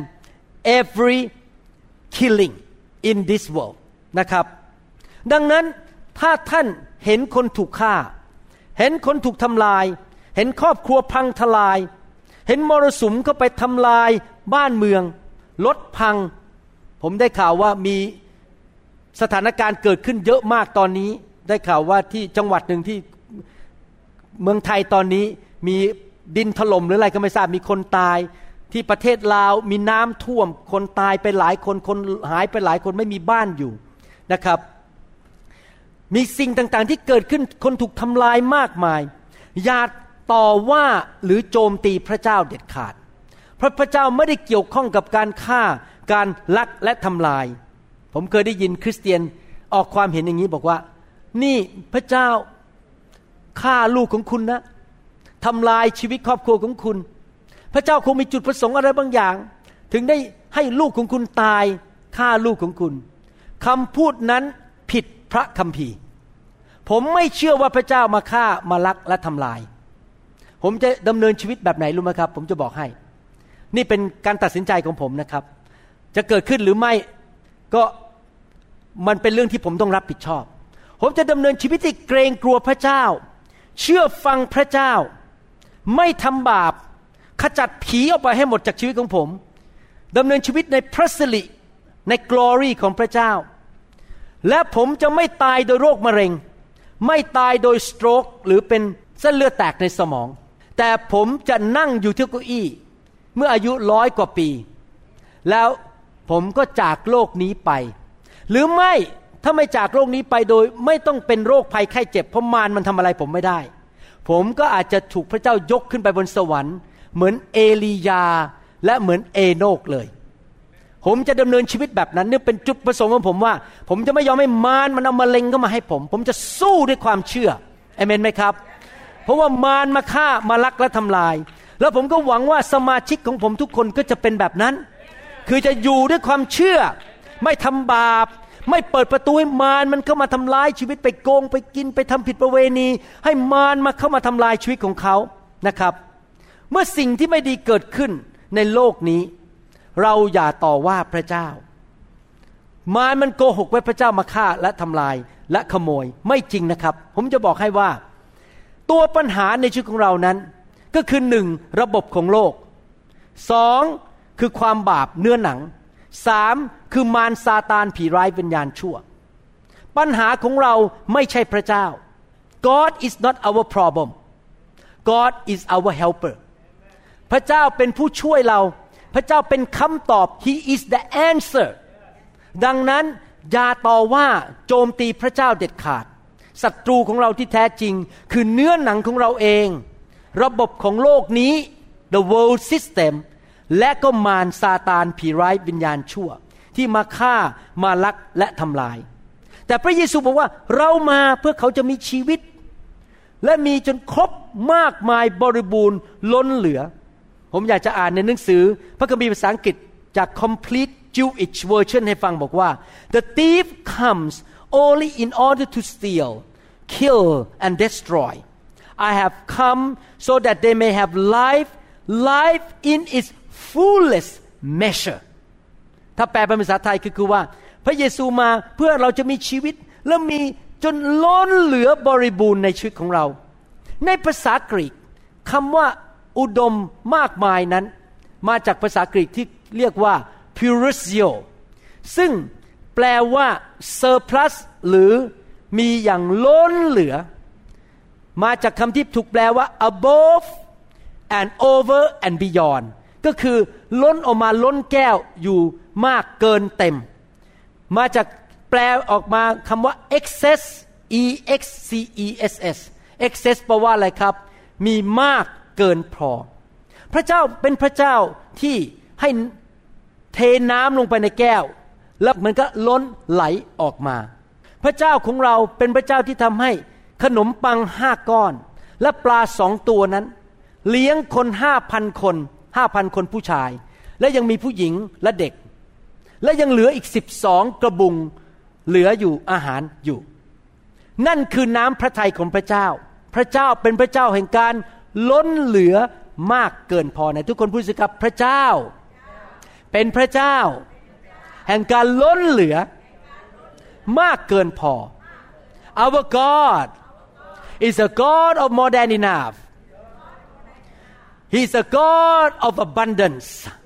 every killing in this world นะครับดังนั้นถ้าท่านเห็นคนถูกฆ่าเห็นคนถูกทำลายเห็นครอบครัวพังทลายเห็นมรสุมเข้าไปทำลายบ้านเมืองรถพังผมได้ข่าวว่ามีสถานการณ์เกิดขึ้นเยอะมากตอนนี้ได้ข่าวว่าที่จังหวัดหนึ่งที่เมืองไทยตอนนี้มีดินถล่มหรืออะไรก็ไม่ทราบมีคนตายที่ประเทศลาวมีน้ำท่วมคนตายไปหลายคนคนหายไปหลายคนไม่มีบ้านอยู่นะครับมีสิ่งต่างๆที่เกิดขึ้นคนถูกทำลายมากมายอย่าต่อว่าหรือโจมตีพระเจ้าเด็ดขาดเพราะพระเจ้าไม่ได้เกี่ยวข้องกับการฆ่าการลักและทำลายผมเคยได้ยินคริสเตียนออกความเห็นอย่างนี้บอกว่านี่พระเจ้าฆ่าลูกของคุณนะทำลายชีวิตครอบครัวของคุณพระเจ้าคงมีจุดประสงค์อะไรบางอย่างถึงได้ให้ลูกของคุณตายฆ่าลูกของคุณคำพูดนั้นผิดพระคัมภีร์ผมไม่เชื่อว่าพระเจ้ามาฆ่ามาลักและทำลายผมจะดำเนินชีวิตแบบไหนรู้ไหมครับผมจะบอกให้นี่เป็นการตัดสินใจของผมนะครับจะเกิดขึ้นหรือไม่ก็มันเป็นเรื่องที่ผมต้องรับผิดชอบผมจะดำเนินชีวิตที่เกรงกลัวพระเจ้าเชื่อฟังพระเจ้าไม่ทำบาปขจัดผีออกไปให้หมดจากชีวิตของผมดำเนินชีวิตในพระสิริใน glory ของพระเจ้าและผมจะไม่ตายโดยโรคมะเร็งไม่ตายโดยสโตรกหรือเป็นเส้นเลือดแตกในสมองแต่ผมจะนั่งอยู่ที่เก้าอี้เมื่ออายุร้อยกว่าปีแล้วผมก็จากโลกนี้ไปหรือไม่ถ้าไม่จากโลกนี้ไปโดยไม่ต้องเป็นโรคภัยไข้เจ็บเพราะมารมันทำอะไรผมไม่ได้ผมก็อาจจะถูกพระเจ้ายกขึ้นไปบนสวรรค์เหมือนเอลียาและเหมือนเอโนกเลยผมจะดำเนินชีวิตแบบนั้นนี่เป็นจุดประสงค์ของผมว่าผมจะไม่ยอมให้มารมันเอามะเร็งเข้ามาให้ผมผมจะสู้ด้วยความเชื่ออาเมนไหมครับเพราะว่ามารมาฆ่ามาลักและทำลายแล้วผมก็หวังว่าสมาชิกของผมทุกคนก็จะเป็นแบบนั้นคือจะอยู่ด้วยความเชื่อไม่ทำบาปไม่เปิดประตูให้มารมันเข้ามาทำลายชีวิตไปโกงไปกินไปทำผิดประเวณีให้มารมาเข้ามาทำลายชีวิตของเขานะครับเมื่อสิ่งที่ไม่ดีเกิดขึ้นในโลกนี้เราอย่าต่อว่าพระเจ้ามารมันโกหกว่าพระเจ้ามาฆ่าและทำลายและขโมยไม่จริงนะครับผมจะบอกให้ว่าตัวปัญหาในชีวิตของเรานั้นก็คือหนึ่งระบบของโลกสองคือความบาปเนื้อหนังสามคือมารซาตานผีร้ายวิญญาณชั่วปัญหาของเราไม่ใช่พระเจ้า God is not our problem God is our helper พระเจ้าเป็นผู้ช่วยเราพระเจ้าเป็นคำตอบ He is the answer ดังนั้นอย่าต่อว่าโจมตีพระเจ้าเด็ดขาดศัตรูของเราที่แท้จริงคือเนื้อหนังของเราเองระบบของโลกนี้ the world system และก็มารซาตานผีร้ายวิญญาณชั่วที่มาฆ่ามาลักและทำลายแต่พระเยซูบอกว่าเรามาเพื่อเขาจะมีชีวิตและมีจนครบมากมายบริบูรณ์ล้นเหลือผมอยากจะอ่านในหนังสือพระคัมภีร์ภาษาอังกฤษจาก Complete Jewish version ให้ฟังบอกว่า the thief comes only in order to steal, kill and destroy. I have come so that they may have life, life in its fullest measure. ถ้าแปลเป็นภาษาไทยคือคือว่าพระเยซูมาเพื่อเราจะมีชีวิตและมีจนล้นเหลือบริบูรณ์ในชีวิตของเราในภาษากรีกคำว่าอุดมมากมายนั้นมาจากภาษากรีกที่เรียกว่า purusio ซึ่งแปลว่า surplus หรือมีอย่างล้นเหลือมาจากคำที่ถูกแปลว่า above and over and beyond ก็คือล้นออกมาล้นแก้วอยู่มากเกินเต็มมาจากแปลออกมาคำว่า excess e x c e s s excess แปลว่าอะไรครับมีมากเกินพอพระเจ้าเป็นพระเจ้าที่ให้เทน้ำลงไปในแก้วแล้วมันก็ล้นไหลออกมาพระเจ้าของเราเป็นพระเจ้าที่ทำให้ขนมปังห้าก้อนและปลาสองตัวนั้นเลี้ยงคนห้าพันคนห้าพันคนผู้ชายและยังมีผู้หญิงและเด็กและยังเหลืออีกสิบสองกระบุงเหลืออยู่อาหารอยู่นั่นคือน้ำพระทัยของพระเจ้าพระเจ้าเป็นพระเจ้าแห่งการล้นเหลือมากเกินพอในทุกคนพูดสิครับพระเจ้าเป็นพระเจ้าแห่งการล้นเหลือมากเกินพอ Our God is a God of more than enough. He is a God of abundance.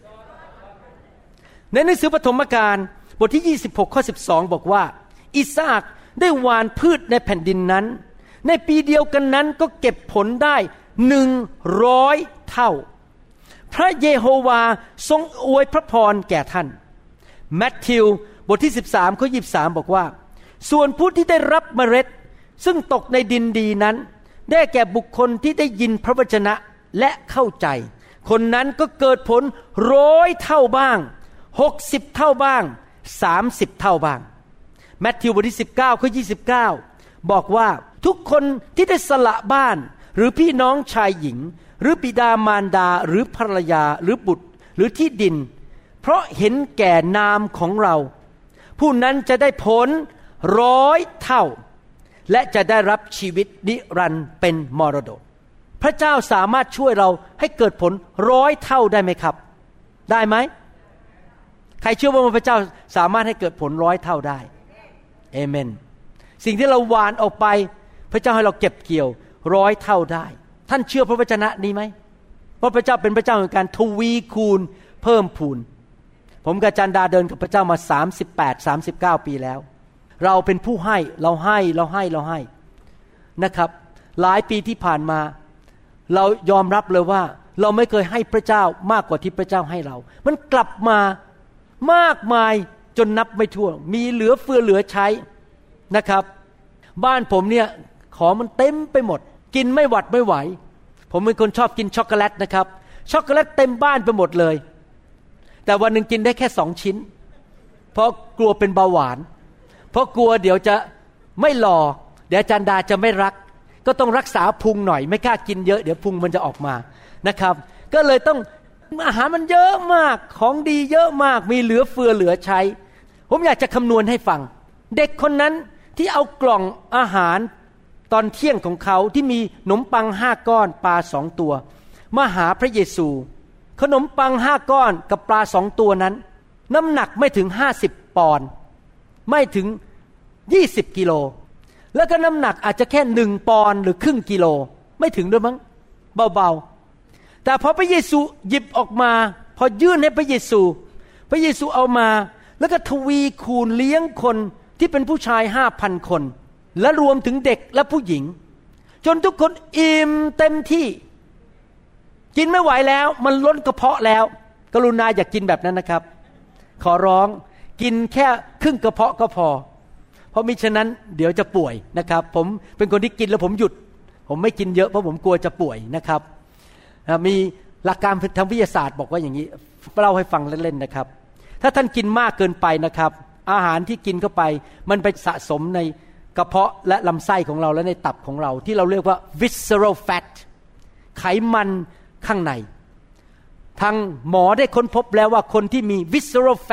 ในหนังสือปฐมกาลบทที่ยี่สิบหกข้อสิบสองบอกว่าอิสอัคได้หว่านพืชในแผ่นดินนั้นในปีเดียวกันนั้นก็เก็บผลได้หนึ่งร้อยเท่าพระเยโฮวาทรงอวยพระพรแก่ท่านมัทธิวบทที่สิบสามข้อยี่สิบสามบอกว่าส่วนผู้ที่ได้รับเมล็ดซึ่งตกในดินดีนั้นได้แก่บุคคลที่ได้ยินพระวจนะและเข้าใจคนนั้นก็เกิดผลร้อยเท่าบ้างหกสิบเท่าบ้างสามสิบเท่าบ้างมัทธิวบทที่สิบเก้าข้อยี่สิบเก้าบอกว่าทุกคนที่ได้สละบ้านหรือพี่น้องชายหญิงหรือบิดามารดาหรือภรรยาหรือบุตรหรือที่ดินเพราะเห็นแก่นามของเราผู้นั้นจะได้ผลร้อยเท่าและจะได้รับชีวิตนิรันดร์เป็นมรดกพระเจ้าสามารถช่วยเราให้เกิดผลร้อยเท่าได้ไหมครับได้ไหมใครเชื่อว่าพระเจ้าสามารถให้เกิดผลร้อยเท่าได้เอเมนสิ่งที่เราหว่านออกไปพระเจ้าให้เราเก็บเกี่ยวร้อยเท่าได้ท่านเชื่อพระวจนะนี้ไหมเพราะพระเจ้าเป็นพระเจ้าแห่งการทวีคูณเพิ่มพูนผมกับจันดาเดินกับพระเจ้ามาสามสิบแปด สามสิบเก้าปีแล้วเราเป็นผู้ให้เราให้เราให้เราให้นะครับหลายปีที่ผ่านมาเรายอมรับเลยว่าเราไม่เคยให้พระเจ้ามากกว่าที่พระเจ้าให้เรามันกลับมามากมายจนนับไม่ถ้วนมีเหลือเฟือเหลือใช้นะครับบ้านผมเนี่ยของมันเต็มไปหมดกินไม่หวัดไม่ไหวผมเป็นคนชอบกินช็อกโกแลตนะครับช็อกโกแลตเต็มบ้านไปหมดเลยแต่วันนึงกินได้แค่สองชิ้นเพราะกลัวเป็นเบาหวานเพราะกลัวเดี๋ยวจะไม่หล่อเดี๋ยวจันดาจะไม่รักก็ต้องรักษาพุงหน่อยไม่กล้ากินเยอะเดี๋ยวพุงมันจะออกมานะครับก็เลยต้องอาหารมันเยอะมากของดีเยอะมากมีเหลือเฟือเหลือใช้ผมอยากจะคำนวณให้ฟังเด็กคนนั้นที่เอากล่องอาหารตอนเที่ยงของเขาที่มีขนมปังห้าก้อนปลาสองตัวมาหาพระเยซูขนมปังห้าก้อนกับปลาสองตัวนั้นน้ำหนักไม่ถึงห้าสิบปอนด์ไม่ถึงยี่สิบกิโลแล้วก็น้ำหนักอาจจะแค่หนึ่งปอนด์หรือครึ่งกิโลไม่ถึงด้วยมั้งเบาๆแต่พอพระเยซูหยิบออกมาพอยื่นให้พระเยซูพระเยซูเอามาแล้วก็ทวีคูณเลี้ยงคนที่เป็นผู้ชาย ห้าพัน คนและรวมถึงเด็กและผู้หญิงจนทุกคนอิ่มเต็มที่กินไม่ไหวแล้วมันล้นกระเพาะแล้วกรุณาอย่ากินแบบนั้นนะครับขอร้องกินแค่ครึ่งกระเพาะก็พอเพราะมิฉะนั้นเดี๋ยวจะป่วยนะครับผมเป็นคนที่กินแล้วผมหยุดผมไม่กินเยอะเพราะผมกลัวจะป่วยนะครับมีหลักการทางวิทยาศาสตร์บอกว่าอย่างนี้เล่าให้ฟังเล่นๆนะครับถ้าท่านกินมากเกินไปนะครับอาหารที่กินเข้าไปมันไปสะสมในกระเพาะและลำไส้ของเราและในตับของเราที่เราเรียกว่า visceral fat ไขมันข้างในทางหมอได้ค้นพบแล้วว่าคนที่มี visceral fat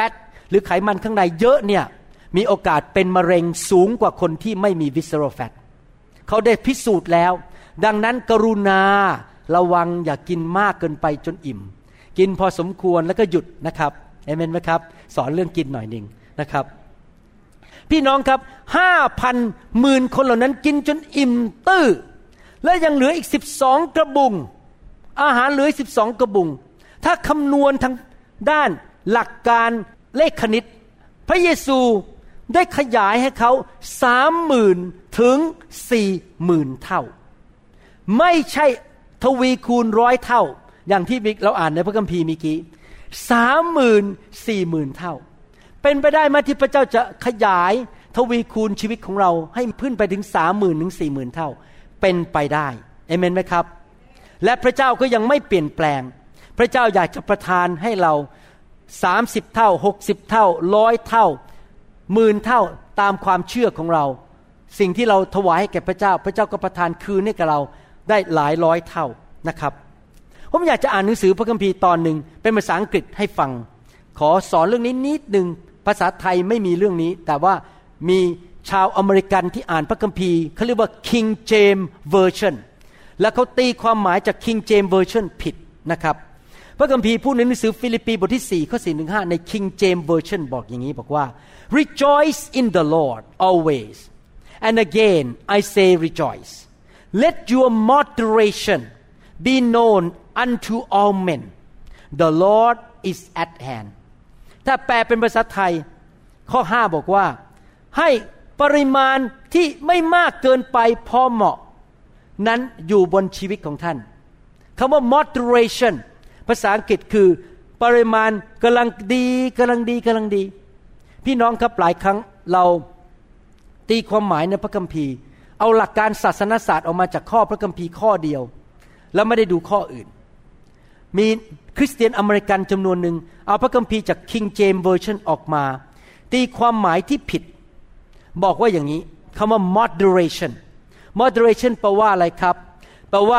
หรือไขมันข้างในเยอะเนี่ยมีโอกาสเป็นมะเร็งสูงกว่าคนที่ไม่มี visceral fat เขาได้พิสูจน์แล้วดังนั้นกรุณาระวังอย่ากินมากเกินไปจนอิ่มกินพอสมควรแล้วก็หยุดนะครับเอเมนไหมครับสอนเรื่องกินหน่อยหนึ่งนะครับพี่น้องครับ ห้าพัน หมื่นคนเหล่านั้นกินจนอิ่มตื้อและยังเหลืออีกสิบสองกระบุงอาหารเหลือสิบสองกระบุงถ้าคำนวณทางด้านหลักการเลขคณิตพระเยซูได้ขยายให้เขา สามหมื่น ถึง สี่หมื่น เท่าไม่ใช่ทวีคูณร้อยเท่าอย่างที่เราอ่านในพระคัมภีร์เมื่อกี้ สามหมื่น สี่หมื่น เท่าเป็นไปได้ไหมที่พระเจ้าจะขยายทวีคูณชีวิตของเราให้ขึ้นไปถึง สามหมื่น ถึง สี่หมื่น เท่าเป็นไปได้เอเมนไหมครับและพระเจ้าก็ยังไม่เปลี่ยนแปลงพระเจ้าอยากจะประทานให้เราสามสิบเท่าหกสิบเท่าหนึ่งร้อยเท่าหมื่นเท่าตามความเชื่อของเราสิ่งที่เราถวายให้แก่พระเจ้าพระเจ้าก็ประทานคืนให้กับเราได้หลายร้อยเท่านะครับผมอยากจะอ่านหนังสือพระคัมภีร์ตอนหนึ่งเป็นภาษาอังกฤษให้ฟังขอสอนเรื่องนี้นิดนึงภาษาไทยไม่มีเรื่องนี้แต่ว่ามีชาวอเมริกันที่อ่านพระคัมภีร์เขาเรียกว่า King James Version และเขาตีความหมายจาก King James Version ผิดนะครับพระคัมภีร์พูดในหนังสือฟิลิปปีบทที่สี่ข้อสี่ถึงห้าใน King James Version บอกอย่างนี้บอกว่า Rejoice in the Lord always and again I say rejoice let your moderation be known unto all men the Lord is at hand ถ้าแปลเป็นภาษาไทยข้อห้าบอกว่าให้ปริมาณที่ไม่มากเกินไปพอเหมาะนั้นอยู่บนชีวิตของท่านคำว่า moderation ภาษาอังกฤษคือปริมาณกำลังดีกำลังดีกำลังดีพี่น้องครับหลายครั้งเราตีความหมายในพระคัมภีร์เอาหลักการศาสนศาสตร์ออกมาจากข้อพระคัมภีร์ข้อเดียวแล้วไม่ได้ดูข้ออื่นมีคริสเตียนอเมริกันจำนวนหนึ่งเอาพระคัมภีร์จาก King James Version ออกมาตีความหมายที่ผิดบอกว่าอย่างนี้คำว่า moderation moderation แปลว่าอะไรครับแปลว่า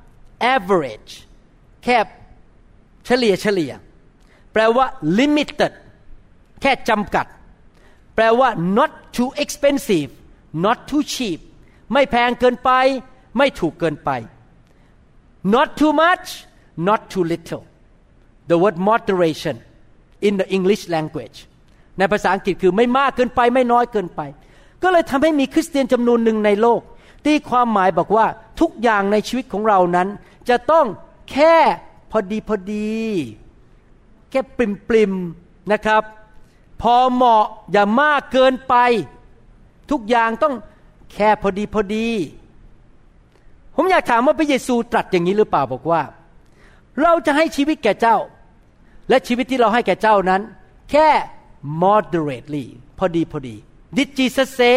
average แค่เฉลี่ยเฉลี่ยแปลว่า limited แค่จำกัดแปลว่า not too expensive not too cheap ไม่แพงเกินไปไม่ถูกเกินไป not too much not too little the word moderation in the English language ในภาษาอังกฤษคือไม่มากเกินไปไม่น้อยเกินไปก็เลยทำให้มีคริสเตียนจำนวนหนึ่งในโลกตีความหมายบอกว่าทุกอย่างในชีวิตของเรานั้นจะต้องแค่พอดีพอดีแค่ปริมปริมนะครับพอเหมาะอย่ามากเกินไปทุกอย่างต้องแค่พอดีพอดีผมอยากถามว่าพระเยซูตรัสอย่างนี้หรือเปล่าบอกว่าเราจะให้ชีวิตแก่เจ้าและชีวิตที่เราให้แก่เจ้านั้นแค่ moderately พอดีพอดี Did Jesus say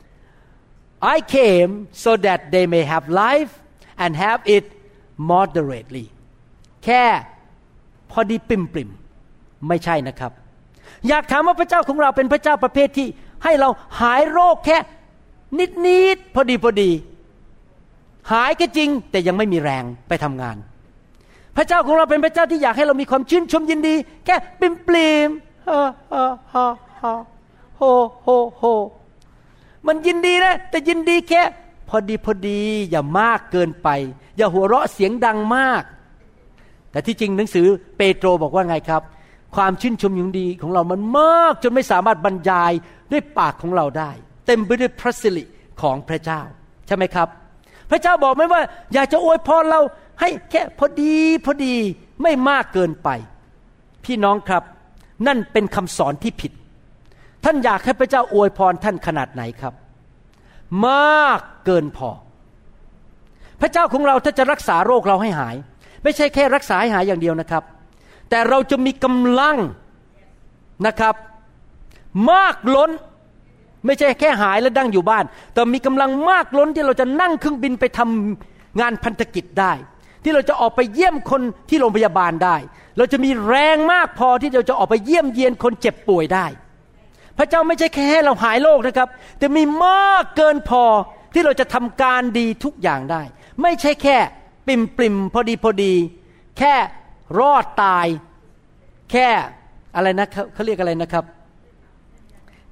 I came so that they may have life and have it moderately แค่พอดีปริมๆไม่ใช่นะครับอยากถามว่าพระเจ้าของเราเป็นพระเจ้าประเภทที่ให้เราหายโรคแค่นิดๆพอดีพอดีหายก็จริงแต่ยังไม่มีแรงไปทำงานพระเจ้าของเราเป็นพระเจ้าที่อยากให้เรามีความชื่นชมยินดีแค่ปริมๆฮ่าฮ่าฮ่าฮ่าโฮโฮโฮมันยินดีนะแต่ยินดีแค่พอดีพอดีอย่ามากเกินไปอย่าหัวเราะเสียงดังมากแต่ที่จริงหนังสือเปโตรบอกว่าไงครับความชื่นชมยินดีของเรามันมากจนไม่สามารถบรรยายด้วยปากของเราได้เต็มไปด้วยพระสิริของพระเจ้าใช่ไหมครับพระเจ้าบอกไหมว่าอยากจะอวยพรเราให้แค่พอดีพอดีไม่มากเกินไปพี่น้องครับนั่นเป็นคำสอนที่ผิดท่านอยากให้พระเจ้าอวยพรท่านขนาดไหนครับมากเกินพอพระเจ้าของเราถ้าจะรักษาโรคเราให้หายไม่ใช่แค่รักษาให้หายอย่างเดียวนะครับแต่เราจะมีกำลังนะครับมากล้นไม่ใช่แค่หายแล้วดั้งอยู่บ้านแต่มีกำลังมากล้นที่เราจะนั่งเครื่องบินไปทำงานพันธกิจได้ที่เราจะออกไปเยี่ยมคนที่โรงพยาบาลได้เราจะมีแรงมากพอที่เราจะออกไปเยี่ยมเยียนคนเจ็บป่วยได้พระเจ้าไม่ใช่แค่ให้เราหายโรคนะครับแต่มีมากเกินพอที่เราจะทำการดีทุกอย่างได้ไม่ใช่แค่ปิ่มปริมพอดีพอดีแค่รอดตายแค่อะไรนะเขาเรียกอะไรนะครับ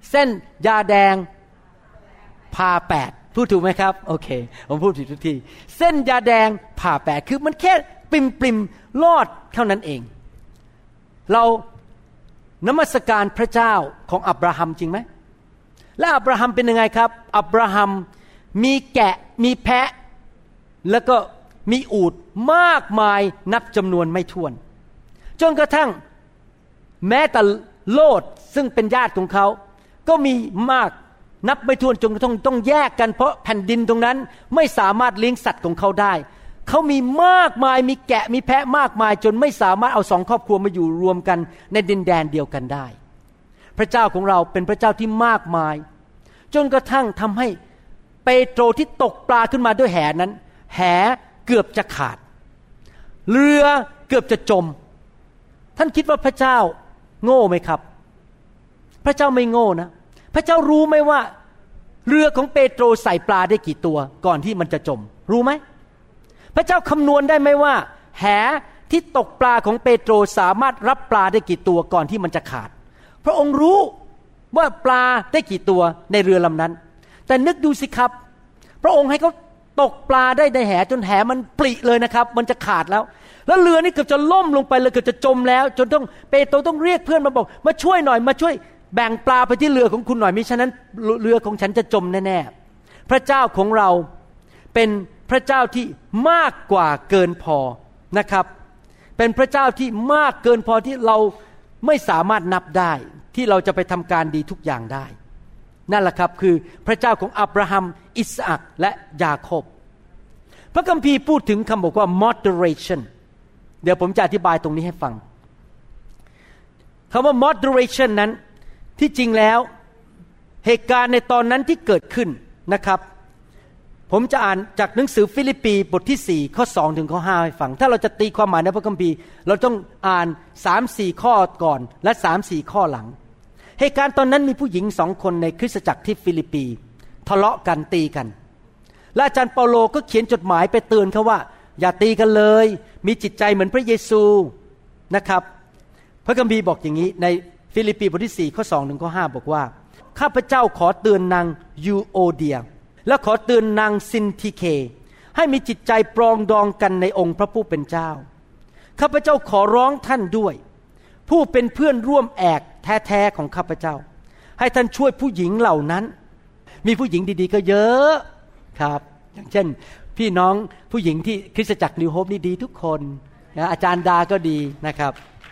เส้นยาแดงผ่าแปดพูดถูกไหมครับโอเคผมพูดผิดทุกทีเส้นยาแดงผ่าแปดคือมันแค่ปริมปริมรอดเท่านั้นเองเรานมัสการพระเจ้าของอับราฮัมจริงไหมและอับราฮัมเป็นยังไงครับอับราฮัมมีแกะมีแพะแล้วก็มีอูฐมากมายนับจำนวนไม่ถ้วนจนกระทั่งแม้แต่โลดซึ่งเป็นญาติของเขาก็มีมากนับไม่ถ้วนจนกระทั่งต้องแยกกันเพราะแผ่นดินตรงนั้นไม่สามารถเลี้ยงสัตว์ของเขาได้เขามีมากมายมีแกะมีแพะมากมายจนไม่สามารถเอาสองครอบครัวมาอยู่รวมกันในดินแดนเดียวกันได้พระเจ้าของเราเป็นพระเจ้าที่มากมายจนกระทั่งทำให้เปโตรที่ตกปลาขึ้นมาด้วยแหนั้นแหเกือบจะขาดเรือเกือบจะจมท่านคิดว่าพระเจ้าโง่ไหมครับพระเจ้าไม่โง่นะพระเจ้ารู้ไหมว่าเรือของเปโตรใส่ปลาได้กี่ตัวก่อนที่มันจะจมรู้ไหมพระเจ้าคำนวณได้ไหมว่าแหที่ตกปลาของเปโตรสามารถรับปลาได้กี่ตัวก่อนที่มันจะขาดพระองค์รู้ว่าปลาได้กี่ตัวในเรือลำนั้นแต่นึกดูสิครับพระองค์ให้เขาตกปลาได้ในแหจนแหมันปริเลยนะครับมันจะขาดแล้วแล้วเรือนี่เกือบจะล่มลงไปเลยเกือบจะจมแล้วจนต้องเปโตรต้องเรียกเพื่อนมาบอกมาช่วยหน่อยมาช่วยแบ่งปลาไปที่เรือของคุณหน่อยมิฉะนั้นเรือของฉันจะจมแน่ๆพระเจ้าของเราเป็นพระเจ้าที่มากกว่าเกินพอนะครับเป็นพระเจ้าที่มากเกินพอที่เราไม่สามารถนับได้ที่เราจะไปทำการดีทุกอย่างได้นั่นแหละครับคือพระเจ้าของอับราฮัมอิสอัคและยาโคบพระคัมภีร์พูดถึงคำบอกว่า moderation เดี๋ยวผมจะอธิบายตรงนี้ให้ฟังคำว่า moderation นั้นที่จริงแล้วเหตุการณ์ในตอนนั้นที่เกิดขึ้นนะครับผมจะอ่านจากหนังสือฟิลิปปีบทที่สี่ข้อสองถึงข้อห้าให้ฟังถ้าเราจะตีความหมายในพระคัมภีร์เราต้องอ่าน สามสี่ ข้อก่อนและ สามสี่ ข้อหลังเหตุการณ์ตอนนั้นมีผู้หญิงสองคนในคริสตจักรที่ฟิลิปปีทะเลาะกันตีกันและอาจารย์เปาโลก็เขียนจดหมายไปเตือนเขาว่าอย่าตีกันเลยมีจิตใจเหมือนพระเยซูนะครับพระคัมภีร์บอกอย่างนี้ในฟิลิปปีบทที่สี่ข้อสองถึงข้อห้าบอกว่าข้าพเจ้าขอเตือนนางยูโอเดียและขอเตือนนางซินทิเคให้มีจิตใจปรองดองกันในองค์พระผู้เป็นเจ้าข้าพเจ้าขอร้องท่านด้วยผู้เป็นเพื่อนร่วมแอกแท้ๆของข้าพเจ้าให้ท่านช่วยผู้หญิงเหล่านั้นมีผู้หญิงดีๆก็เยอะครับอย่างเช่นพี่น้องผู้หญิงที่คริสตจักรนิวโฮปนี่ดีทุกคนนะอาจารย์ดาก็ดีนะครับ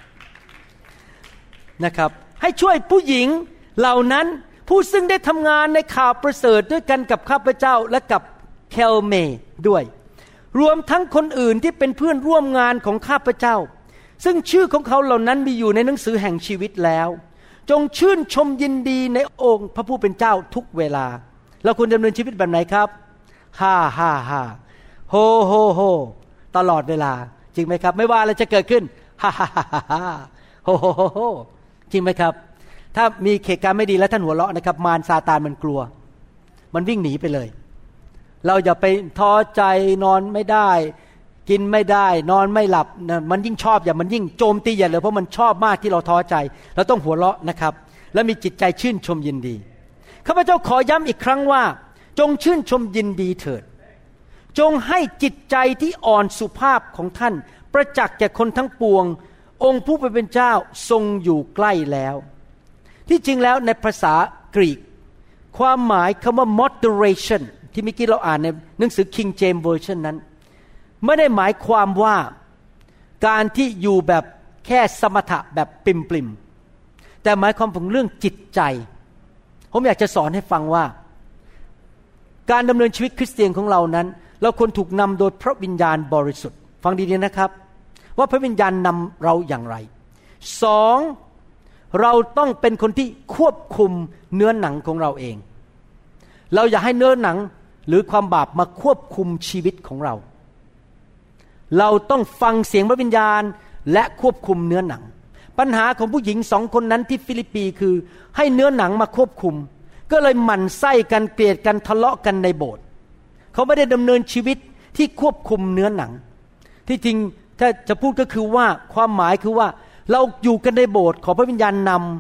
นะครับให้ช่วยผู้หญิงเหล่านั้นผู้ซึ่งได้ทำงานในข่าวประเสริฐด้วยกันกับข้าพเจ้าและกับเคลเมด้วยรวมทั้งคนอื่นที่เป็นเพื่อนร่วมงานของข้าพเจ้าซึ่งชื่อของเขาเหล่านั้นมีอยู่ในหนังสือแห่งชีวิตแล้วจงชื่นชมยินดีในองค์พระผู้เป็นเจ้าทุกเวลาเราควรดำเนินชีวิตแบบไหนครับฮ่าฮ่าฮ่าโฮโฮโฮตลอดเวลาจริงไหมครับไม่ว่าอะไรจะเกิดขึ้นฮ่าฮ่าฮ่าฮ่าโฮโฮโฮโฮจริงไหมครับถ้ามีเหตุการณ์ไม่ดีแล้วท่านหัวเราะนะครับมารซาตานมันกลัวมันวิ่งหนีไปเลยเราอย่าไปท้อใจนอนไม่ได้กินไม่ได้นอนไม่หลับมันยิ่งชอบอย่ามันยิ่งโจมตีอย่าเลยเพราะมันชอบมากที่เราท้อใจเราต้องหัวเราะนะครับและมีจิตใจชื่นชมยินดีข้าพเจ้าขอย้ำอีกครั้งว่าจงชื่นชมยินดีเถิดจงให้จิตใจที่อ่อนสุภาพของท่านประจักษ์แก่คนทั้งปวงองค์ผู้เป็นเจ้าทรงอยู่ใกล้แล้วที่จริงแล้วในภาษากรีกความหมายคำว่า moderation ที่เมื่อกี้เราอ่านในหนังสือ King James Version นั้นไม่ได้หมายความว่าการที่อยู่แบบแค่สมถะแบบปริมๆแต่หมายความถึงเรื่องจิตใจผมอยากจะสอนให้ฟังว่าการดำเนินชีวิตคริสเตียนของเรานั้นเราควรถูกนำโดยพระวิญญาณบริสุทธิ์ฟังดีๆนะครับว่าพระวิญญาณนำเราอย่างไรสองเราต้องเป็นคนที่ควบคุมเนื้อหนังของเราเองเราอย่าให้เนื้อหนังหรือความบาปมาควบคุมชีวิตของเราเราต้องฟังเสียงพระวิญญาณและควบคุมเนื้อหนังปัญหาของผู้หญิงสองคนนั้นที่ฟิลิปปีคือให้เนื้อหนังมาควบคุมก็เลยหมั่นไส้กันเกลียดกันทะเลาะกันในโบสถ์เขาไม่ได้ดำเนินชีวิตที่ควบคุมเนื้อหนังที่จริงถ้าจะพูดก็คือว่าความหมายคือว่าเราอยู่กันในโบสถ์ขอพระวิญญาณนำ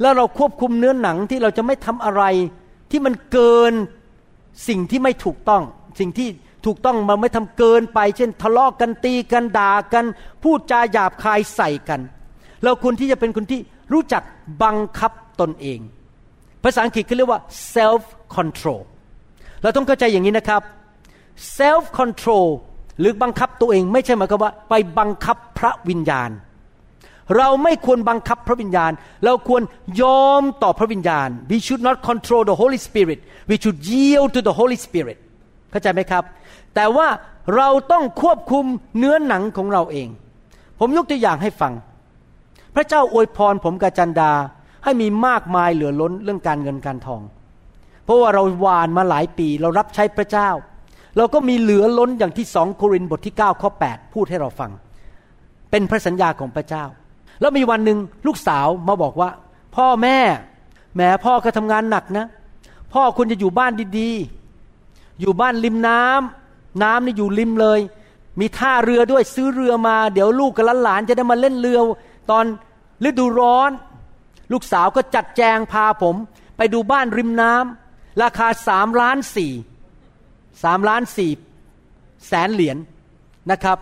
แล้วเราควบคุมเนื้อหนังที่เราจะไม่ทำอะไรที่มันเกินสิ่งที่ไม่ถูกต้องสิ่งที่ถูกต้องมันไม่ทำเกินไปเช่นทะเลาะกันตีกันด่ากันพูดจาหยาบคายใส่กันเราควรที่จะเป็นคนที่รู้จักบังคับตนเองภาษาอังกฤษเขาเรียกว่า self control เราต้องเข้าใจอย่างนี้นะครับ self control หรือบังคับตัวเองไม่ใช่หมายความว่าไปบังคับพระวิญญาณเราไม่ควรบังคับพระวิญญาณเราควรยอมต่อพระวิญญาณ we should not control the Holy Spirit we should yield to the Holy Spirit เข้าใจไหมครับแต่ว่าเราต้องควบคุมเนื้อหนังของเราเองผมยกตัวอย่างให้ฟังพระเจ้าอวยพรผมกับจันดาให้มีมากมายเหลือล้นเรื่องการเงินการทองเพราะว่าเราหวานมาหลายปีเรารับใช้พระเจ้าเราก็มีเหลือล้นอย่างที่สองโครินธ์บทที่เก้าข้อแปดพูดให้เราฟังเป็นพระสัญญาของพระเจ้าแล้วมีวันหนึ่งลูกสาวมาบอกว่าพ่อแม่แหมพ่อก็ทำงานหนักนะพ่อควรจะอยู่บ้านดีๆอยู่บ้านริมน้ำน้ำนี่อยู่ริมเลยมีท่าเรือด้วยซื้อเรือมาเดี๋ยวลูกกับหลานจะได้มาเล่นเรือตอนฤดูร้อนลูกสาวก็จัดแจงพาผมไปดูบ้านริมน้ำราคาสามล้านสี่สามล้านสี่แสนเหรียญนะครับ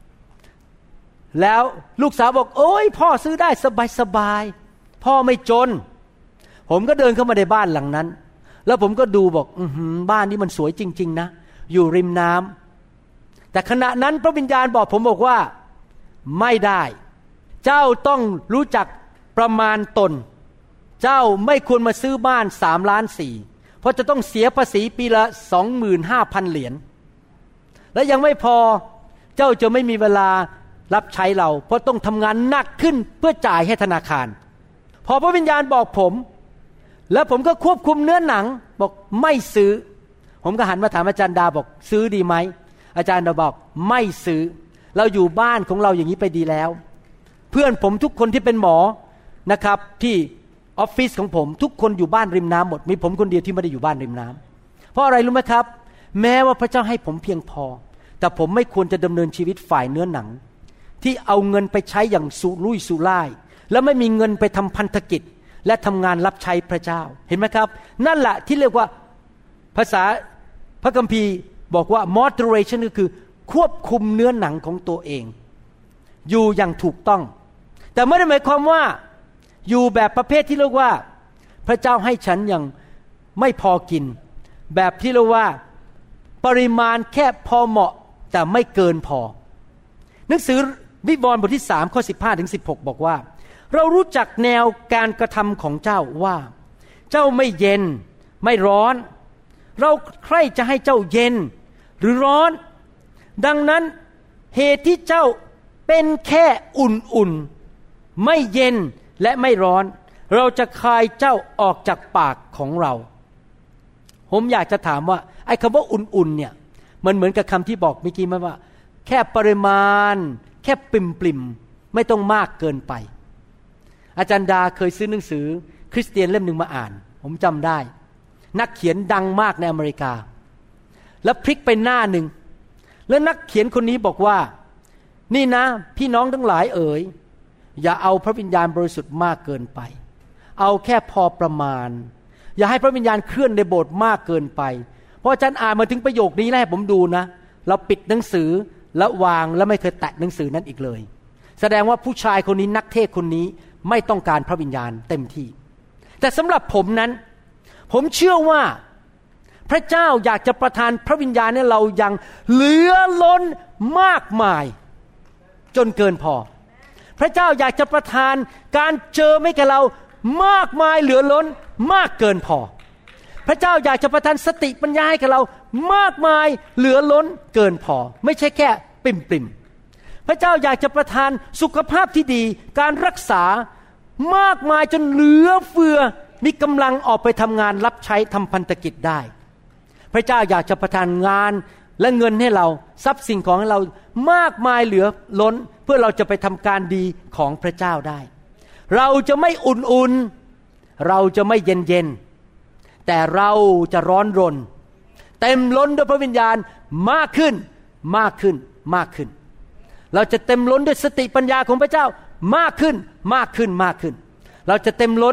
แล้วลูกสาวบอกโอ้ยพ่อซื้อได้สบายๆพ่อไม่จนผมก็เดินเข้ามาในบ้านหลังนั้นแล้วผมก็ดูบอกอื้อหือบ้านนี้มันสวยจริงๆนะอยู่ริมน้ำแต่ขณะนั้นพระวิญญาณบอกผมบอกว่าไม่ได้เจ้าต้องรู้จักประมาณตนเจ้าไม่ควรมาซื้อบ้านสามล้านสี่เพราะจะต้องเสียภาษีปีละ สองหมื่นห้าพัน เหรียญและยังไม่พอเจ้าจะไม่มีเวลารับใช้เราเพราะต้องทำงานหนักขึ้นเพื่อจ่ายให้ธนาคารพอพระวิญญาณบอกผมแล้วผมก็ควบคุมเนื้อหนังบอกไม่ซื้อผมก็หันมาถามอาจารย์ดาบอกซื้อดีไหมอาจารย์ดาบอกไม่ซื้อเราอยู่บ้านของเราอย่างนี้ไปดีแล้วเพื่อนผมทุกคนที่เป็นหมอนะครับที่ออฟฟิศของผมทุกคนอยู่บ้านริมน้ำหมดมีผมคนเดียวที่ไม่ได้อยู่บ้านริมน้ำเพราะอะไรรู้ไหมครับแม้ว่าพระเจ้าให้ผมเพียงพอแต่ผมไม่ควรจะดำเนินชีวิตฝ่ายเนื้อหนังที่เอาเงินไปใช้อย่างสุรุ่ยสุร่ายแล้วไม่มีเงินไปทำพันธกิจและทำงานรับใช้พระเจ้าเห็นไหมครับนั่นแหละที่เรียกว่าภาษาพระคัมภีร์บอกว่า moderation ก็คือควบคุมเนื้อหนังของตัวเองอยู่อย่างถูกต้องแต่ไม่ได้หมายความว่าอยู่แบบประเภทที่เรียกว่าพระเจ้าให้ฉันอย่างไม่พอกินแบบที่เรียกว่าปริมาณแค่พอเหมาะแต่ไม่เกินพอหนังสือวิวรณ์บทที่สามข้อสิบห้าถึงสิบหกบอกว่าเรารู้จักแนวการกระทำของเจ้าว่าเจ้าไม่เย็นไม่ร้อนเราใคร่จะให้เจ้าเย็นหรือร้อนดังนั้นเหตุที่เจ้าเป็นแค่อุ่นๆไม่เย็นและไม่ร้อนเราจะคายเจ้าออกจากปากของเราผมอยากจะถามว่าไอ้คำว่าอุ่นๆเนี่ยมันเหมือนกับคำที่บอกเมื่อกี้ไหมว่าแค่ปริมาณแค่ปริมๆไม่ต้องมากเกินไปอาจารย์ดาเคยซื้อหนังสือคริสเตียนเล่มหนึ่งมาอ่านผมจำได้นักเขียนดังมากในอเมริกาแล้วพลิกไปหน้าหนึ่งแล้วนักเขียนคนนี้บอกว่านี่นะพี่น้องทั้งหลายเอ๋ยอย่าเอาพระวิญญาณบริสุทธิ์มากเกินไปเอาแค่พอประมาณอย่าให้พระวิญญาณเคลื่อนในโบสถ์มากเกินไปเพราะอาจารย์อ่านมาถึงประโยคนี้แล้วให้ผมดูนะเราปิดหนังสือแล้ววางแล้วไม่เคยแตะหนังสือนั้นอีกเลยแสดงว่าผู้ชายคนนี้นักเทศคนนี้ไม่ต้องการพระวิญญาณเต็มที่แต่สำหรับผมนั้นผมเชื่อว่าพระเจ้าอยากจะประทานพระวิญญาณให้เราอย่างเหลือล้นมากมายจนเกินพอพระเจ้าอยากจะประทานการเจิมให้แก่เรามากมายเหลือล้นมากเกินพอพระเจ้าอยากจะประทานสติปัญญาให้แก่เรามากมายเหลือล้นเกินพอไม่ใช่แค่ปิ่มปิ่มพระเจ้าอยากจะประทานสุขภาพที่ดีการรักษามากมายจนเหลือเฟือมีกำลังออกไปทำงานรับใช้ทำพันธกิจได้พระเจ้าอยากจะประทานงานและเงินให้เราทรัพย์สิ่งของให้เรามากมายเหลือล้นเพื่อเราจะไปทำการดีของพระเจ้าได้เราจะไม่อุ่นๆเราจะไม่เย็นๆแต่เราจะร้อนรนเต็มล้นด้วยพระวิญญาณมากขึ้นมากขึ้นมากขึ้นเราจะเต็มล้นด้วยสติปัญญาของพระเจ้ามากขึ้นมากขึ้นมากขึ้นเราจะเต็มล้น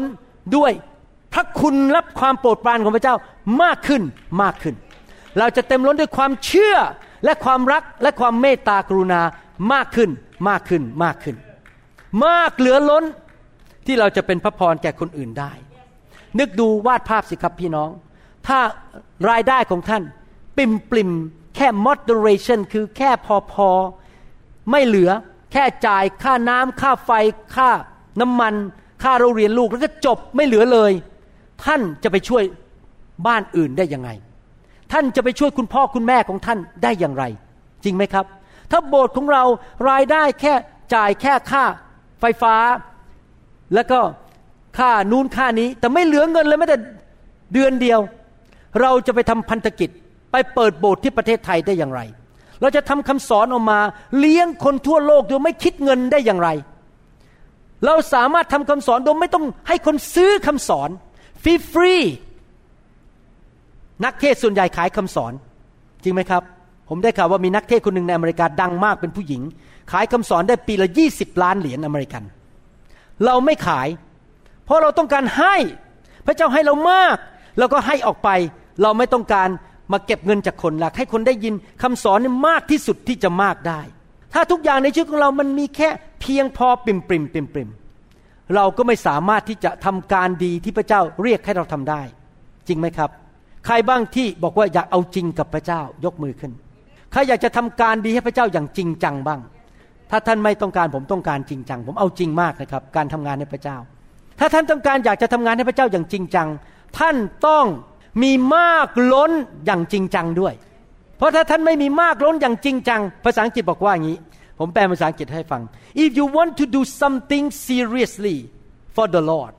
ด้วยพระคุณรับความโปรดปรานของพระเจ้ามากขึ้นมากขึ้นเราจะเต็มล้นด้วยความเชื่อและความรักและความเมตตากรุณามากขึ้นมากขึ้นมากขึ้นมากเหลือล้นที่เราจะเป็นพระพรแก่คนอื่นได้นึกดูวาดภาพสิครับพี่น้องถ้ารายได้ของท่านปิ่มปริมแค่ moderation คือแค่พอพอไม่เหลือแค่จ่ายค่าน้ำค่าไฟค่าน้ำมันค่าเราเรียนลูกแล้วก็จบไม่เหลือเลยท่านจะไปช่วยบ้านอื่นได้ยังไงท่านจะไปช่วยคุณพ่อคุณแม่ของท่านได้อย่างไรจริงไหมครับถ้าโบสถ์ของเรารายได้แค่จ่ายแค่ค่าไฟฟ้าแล้วก็ค่านู้นค่านี้แต่ไม่เหลือเงินเลยแม้แต่เดือนเดียวเราจะไปทำพันธกิจไปเปิดโบสถ์ที่ประเทศไทยได้อย่างไรเราจะทำคำสอนออกมาเลี้ยงคนทั่วโลกโดยไม่คิดเงินได้อย่างไรเราสามารถทำคำสอนโดยไม่ต้องให้คนซื้อคำสอนฟรีฟรีนักเทศส่วนใหญ่ขายคำสอนจริงไหมครับผมได้ข่าวว่ามีนักเทศคนหนึ่งในอเมริกาดังมากเป็นผู้หญิงขายคำสอนได้ปีละยี่สิบล้านเหรียญอเมริกันเราไม่ขายเพราะเราต้องการให้พระเจ้าให้เรามากเราก็ให้ออกไปเราไม่ต้องการมาเก็บเงินจากคนหลักให้คนได้ยินคำสอนนี่มากที่สุดที่จะมากได้ถ้าทุกอย่างในชีวิตของเรามันมีแค่เพียงพอปิ่มปริมปิ่มปริมเราก็ไม่สามารถที่จะทำการดีที่พระเจ้าเรียกให้เราทำได้จริงไหมครับใครบ้างที่บอกว่าอยากเอาจริงกับพระเจ้ายกมือขึ้นใครอยากจะทำการดีให้พระเจ้าอย่างจริงจังบ้างถ้าท่านไม่ต้องการผมต้องการจริงจังผมเอาจริงมากนะครับการทำงานให้พระเจ้าถ้าท่านต้องการอยากจะทำงานให้พระเจ้าอย่างจริงจังท่านต้องมีมากล้นอย่างจริงจังด้วยเพราะถ้าท่านไม่มีมากล้นอย่างจริงจังภาษาอังกฤษบอกว่าอย่างนี้ผมแปลภาษาอังกฤษให้ฟัง If you want to do something seriously for the Lord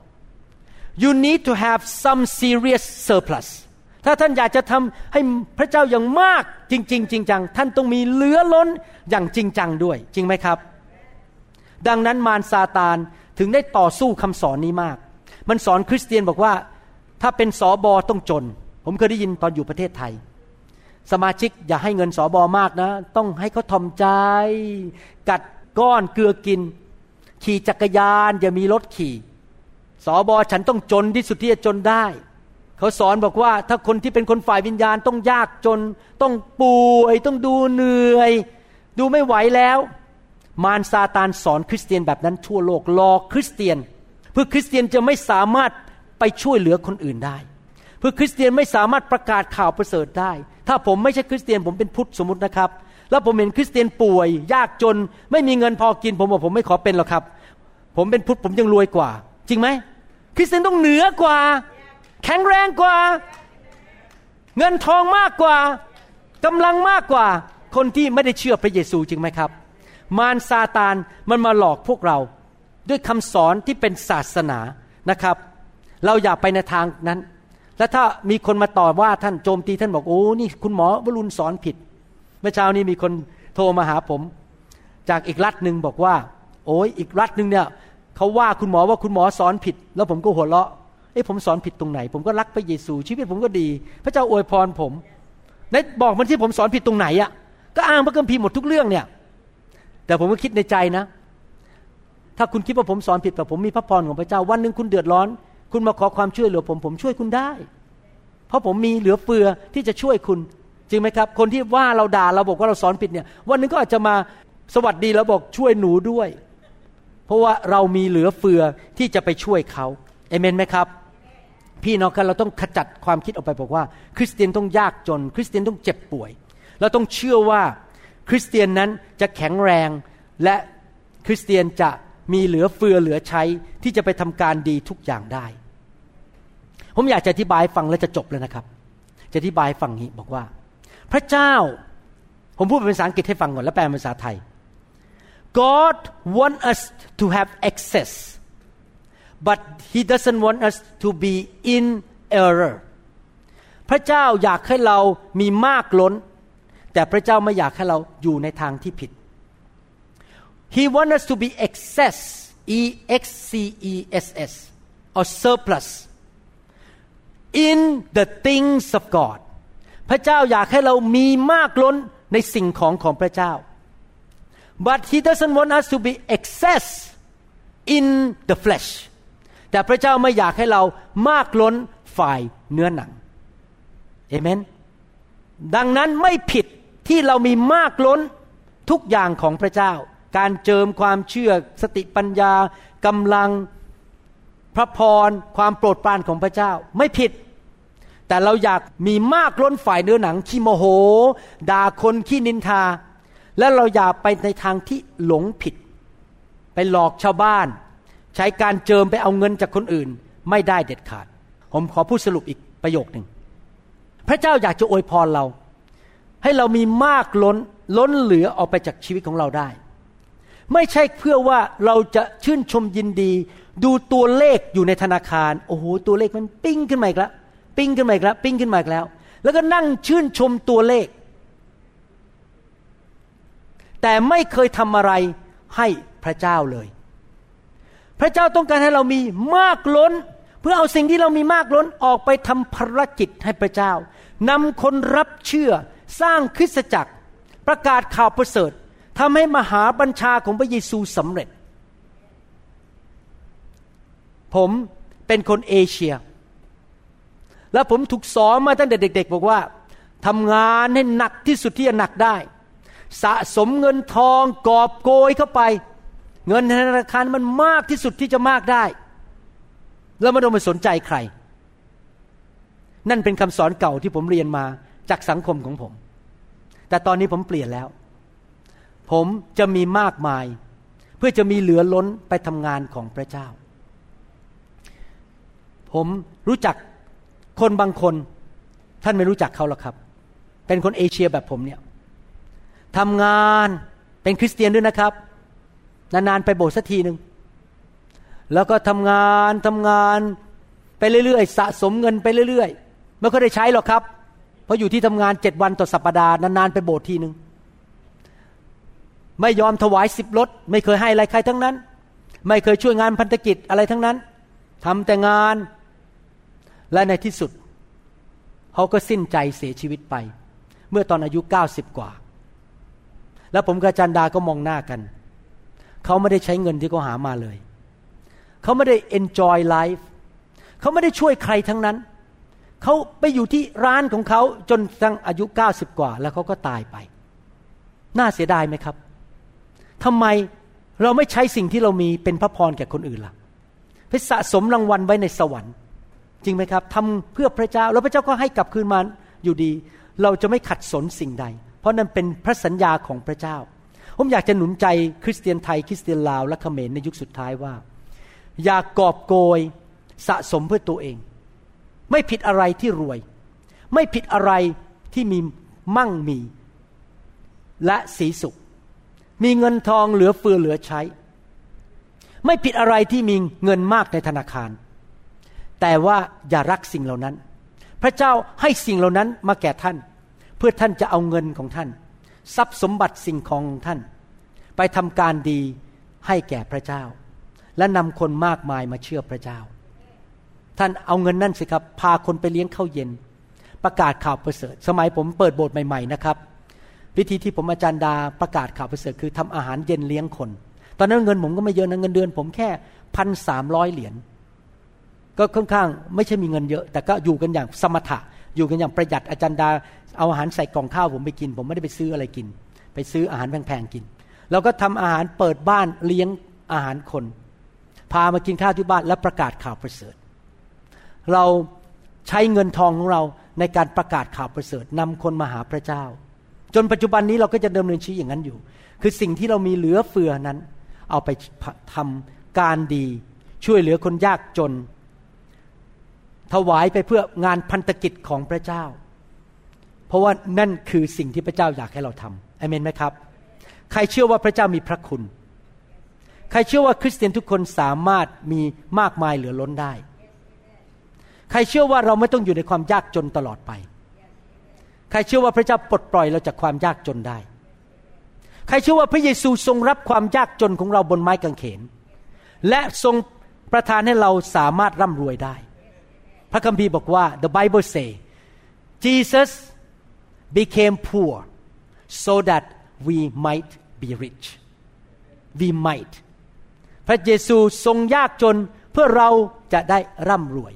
you need to have some serious surplus ถ้าท่านอยากจะทำให้พระเจ้าอย่างมากจริงๆจริงจังท่านต้องมีเหลือล้นอย่างจริงจังด้วยจริงไหมครับดังนั้นมารซาตานถึงได้ต่อสู้คำสอนนี้มากมันสอนคริสเตียนบอกว่าถ้าเป็นสบต้องจนผมเคยได้ยินตอนอยู่ประเทศไทยสมาชิกอย่าให้เงินสบมากนะต้องให้เขาทอมใจกัดก้อนเกลือกินขี่จักรยานอย่ามีรถขี่สบฉันต้องจนที่สุดที่จะจนได้เขาสอนบอกว่าถ้าคนที่เป็นคนฝ่ายวิญญาณต้องยากจนต้องป่วยต้องดูเหนื่อยดูไม่ไหวแล้วมารซาตานสอนคริสเตียนแบบนั้นทั่วโลกหลอกคริสเตียนเพื่อคริสเตียนจะไม่สามารถไปช่วยเหลือคนอื่นได้เพื่อคริสเตียนไม่สามารถประกาศข่าวประเสริฐได้ถ้าผมไม่ใช่คริสเตียนผมเป็นพุทธสมมุตินะครับแล้วผมเห็นคริสเตียนป่วยยากจนไม่มีเงินพอกินผมบอกผมไม่ขอเป็นหรอกครับผมเป็นพุทธผมยังรวยกว่าจริงไหมคริสเตียนต้องเหนือกว่าแข็งแรงกว่าเงินทองมากกว่ากำลังมากกว่าคนที่ไม่ได้เชื่อพระเยซูจริงไหมครับมารซาตานมันมาหลอกพวกเราด้วยคำสอนที่เป็นศาสนานะครับเราอย่าไปในทางนั้นและถ้ามีคนมาต่อว่าท่านโจมตีท่านบอกโอ้นี่คุณหมอวรุณสอนผิดเมื่อเช้านี้มีคนโทรมาหาผมจากอีกรัฐนึงบอกว่าโอ้ยอีกรัฐนึงเนี่ยเขาว่าคุณหมอว่าคุณหมอสอนผิดแล้วผมก็หัวเราะเอ้ผมสอนผิดตรงไหนผมก็รักพระเยซูชีวิตผมก็ดีพระเจ้าอวยพรผมไหนบอกมันที่ผมสอนผิดตรงไหนอ่ะก็อ้างพระคัมภีร์หมดทุกเรื่องเนี่ยแต่ผมก็คิดในใจนะถ้าคุณคิดว่าผมสอนผิดแต่ผมมีพระพรของพระเจ้าวันนึงคุณเดือดร้อนคุณมาขอความช่วยเหลือผมผมช่วยคุณได้เพราะผมมีเหลือเฟือที่จะช่วยคุณจริงไหมครับคนที่ว่าเราด่าเราบอกว่าเราสอนผิดเนี่ยวันนึงก็อาจจะมาสวัสดีแล้วบอกช่วยหนูด้วยเพราะว่าเรามีเหลือเฟือที่จะไปช่วยเขาเอเมนไหมครับพี่น้องกันเราต้องขจัดความคิดออกไปบอกว่าคริสเตียนต้องยากจนคริสเตียนต้องเจ็บป่วยเราต้องเชื่อว่าคริสเตียนนั้นจะแข็งแรงและคริสเตียนจะมีเหลือเฟือเหลือใช้ที่จะไปทำการดีทุกอย่างได้ผมอยากจะอธิบายฟังแล้วจะจบแล้วนะครับจะอธิบายฟังนี้บอกว่าพระเจ้าผมพูดเป็นภาษาอังกฤษให้ฟังก่อนแล้วแปลเป็นภาษาไทย God want us to have access but he doesn't want us to be in error พระเจ้าอยากให้เรามีมากล้นแต่พระเจ้าไม่อยากให้เราอยู่ในทางที่ผิดHe wants us to be excess, E X C E S S, or surplus in the things of God. พระเจ้าอยากให้เรามีมากล้นในสิ่งของของพระเจ้า But He doesn't want us to be excess in the flesh. แต่พระเจ้าไม่อยากให้เรามากล้นฝ่ายเนื้อหนังเอเมนดังนั้นไม่ผิดที่เรามีมากล้นทุกอย่างของพระเจ้าการเจิมความเชื่อสติปัญญากำลังพระพรความโปรดปรานของพระเจ้าไม่ผิดแต่เราอยากมีมากล้นฝ่ายเนื้อหนังขี้โมโหด่าคนขี้นินทาและเราอย่าไปในทางที่หลงผิดไปหลอกชาวบ้านใช้การเจิมไปเอาเงินจากคนอื่นไม่ได้เด็ดขาดผมขอพูดสรุปอีกประโยคหนึ่งพระเจ้าอยากจะอวยพรเราให้เรามีมากล้นล้นเหลือออกไปจากชีวิตของเราได้ไม่ใช่เพื่อว่าเราจะชื่นชมยินดีดูตัวเลขอยู่ในธนาคารโอ้โหตัวเลขมันปิ้งขึ้นมาอีกแล้วปิ้งขึ้นมาอีกแล้วปิ้งขึ้นมาอีกแล้วแล้วก็นั่งชื่นชมตัวเลขแต่ไม่เคยทำอะไรให้พระเจ้าเลยพระเจ้าต้องการให้เรามีมากล้นเพื่อเอาสิ่งที่เรามีมากล้นออกไปทำภารกิจให้พระเจ้านำคนรับเชื่อสร้างคริสตจักรประกาศข่าวประเสริฐทำให้มหาบัญชาของพระเยซูสำเร็จผมเป็นคนเอเชียและผมถูกสอนมาตั้งแต่เด็กๆบอกว่าทำงานให้หนักที่สุดที่จะหนักได้สะสมเงินทองกอบโกยเข้าไปเงินในธนาคารมันมากที่สุดที่จะมากได้แล้วไม่ต้องไปสนใจใครนั่นเป็นคำสอนเก่าที่ผมเรียนมาจากสังคมของผมแต่ตอนนี้ผมเปลี่ยนแล้วผมจะมีมากมายเพื่อจะมีเหลือล้นไปทำงานของพระเจ้าผมรู้จักคนบางคนท่านไม่รู้จักเขาหรอกครับเป็นคนเอเชียแบบผมเนี่ยทำงานเป็นคริสเตียนด้วยนะครับนานๆไปโบสถ์สักทีนึงแล้วก็ทำงานทำงานไปเรื่อยๆสะสมเงินไปเรื่อยๆไม่ค่อยได้ใช้หรอกครับเพราะอยู่ที่ทำงานเจ็ดวันต่อสัปดาห์นานๆไปโบสถ์ทีนึงไม่ยอมถวายสิบลดไม่เคยให้อะไรใครทั้งนั้นไม่เคยช่วยงานพันธกิจอะไรทั้งนั้นทำแต่งานและในที่สุดเขาก็สิ้นใจเสียชีวิตไปเมื่อตอนอายุเก้าสิบกว่าแล้วผมกับจันดาก็มองหน้ากันเขาไม่ได้ใช้เงินที่เขาหามาเลยเขาไม่ได้ enjoy life เขาไม่ได้ช่วยใครทั้งนั้นเขาไปอยู่ที่ร้านของเขาจนตั้งอายุเก้าสิบกว่าแล้วเขาก็ตายไปน่าเสียดายไหมครับทำไมเราไม่ใช้สิ่งที่เรามีเป็นพระพรแก่คนอื่นล่ะไปสะสมรางวัลไว้ในสวรรค์จริงไหมครับทำเพื่อพระเจ้าแล้วพระเจ้าก็ให้กลับคืนมาอยู่ดีเราจะไม่ขัดสนสิ่งใดเพราะนั้นเป็นพระสัญญาของพระเจ้าผมอยากจะหนุนใจคริสเตียนไทยคริสเตียนลาวและเขมรในยุคสุดท้ายว่าอย่ากอบโกยสะสมเพื่อตัวเองไม่ผิดอะไรที่รวยไม่ผิดอะไรที่มีมั่งมีและสีสุขมีเงินทองเหลือเฟือเหลือใช้ไม่ผิดอะไรที่มีเงินมากในธนาคารแต่ว่าอย่ารักสิ่งเหล่านั้นพระเจ้าให้สิ่งเหล่านั้นมาแก่ท่านเพื่อท่านจะเอาเงินของท่านทรัพย์สมบัติสิ่งของของท่านไปทำการดีให้แก่พระเจ้าและนำคนมากมายมาเชื่อพระเจ้าท่านเอาเงินนั่นสิครับพาคนไปเลี้ยงข้าวเย็นประกาศข่าวประเสริฐสมัยผมเปิดโบสถ์ใหม่ๆนะครับวิธีที่ผมอาจารย์ดาประกาศข่าวประเสริฐคือทำอาหารเย็นเลี้ยงคนตอนนั้นเงินผมก็ไม่เยอะนะเงินเดือนผมแค่ หนึ่งพันสามร้อย เหรียญก็ค่อนข้างไม่ใช่มีเงินเยอะแต่ก็อยู่กันอย่างสมถะอยู่กันอย่างประหยัดอาจารย์ดาเอาอาหารใส่กล่องข้าวผมไปกินผมไม่ได้ไปซื้ออะไรกินไปซื้ออาหารแพงๆกินเราก็ทำอาหารเปิดบ้านเลี้ยงอาหารคนพามากินข้าวที่บ้านแล้วประกาศข่าวประเสริฐเราใช้เงินทองของเราในการประกาศข่าวประเสริฐนำคนมาหาพระเจ้าจนปัจจุบันนี้เราก็จะดำเนินชีวิตอย่างนั้นอยู่คือสิ่งที่เรามีเหลือเฟือนั้นเอาไปทำการดีช่วยเหลือคนยากจนถวายไปเพื่องานพันธกิจของพระเจ้าเพราะว่านั่นคือสิ่งที่พระเจ้าอยากให้เราทำอาเมนไหมครับใครเชื่อว่าพระเจ้ามีพระคุณใครเชื่อว่าคริสเตียนทุกคนสามารถมีมากมายเหลือล้นได้ใครเชื่อว่าเราไม่ต้องอยู่ในความยากจนตลอดไปใครเชื่อว่าพระเจ้าปลดปล่อยเราจากความยากจนได้ใครเชื่อว่าพระเยซูทรงรับความยากจนของเราบนไม้กางเขนและทรงประทานให้เราสามารถร่ำรวยได้พระคัมภีร์บอกว่า the Bible say Jesus became poor so that we might be rich we might พระเยซูทรงยากจนเพื่อเราจะได้ร่ำรวย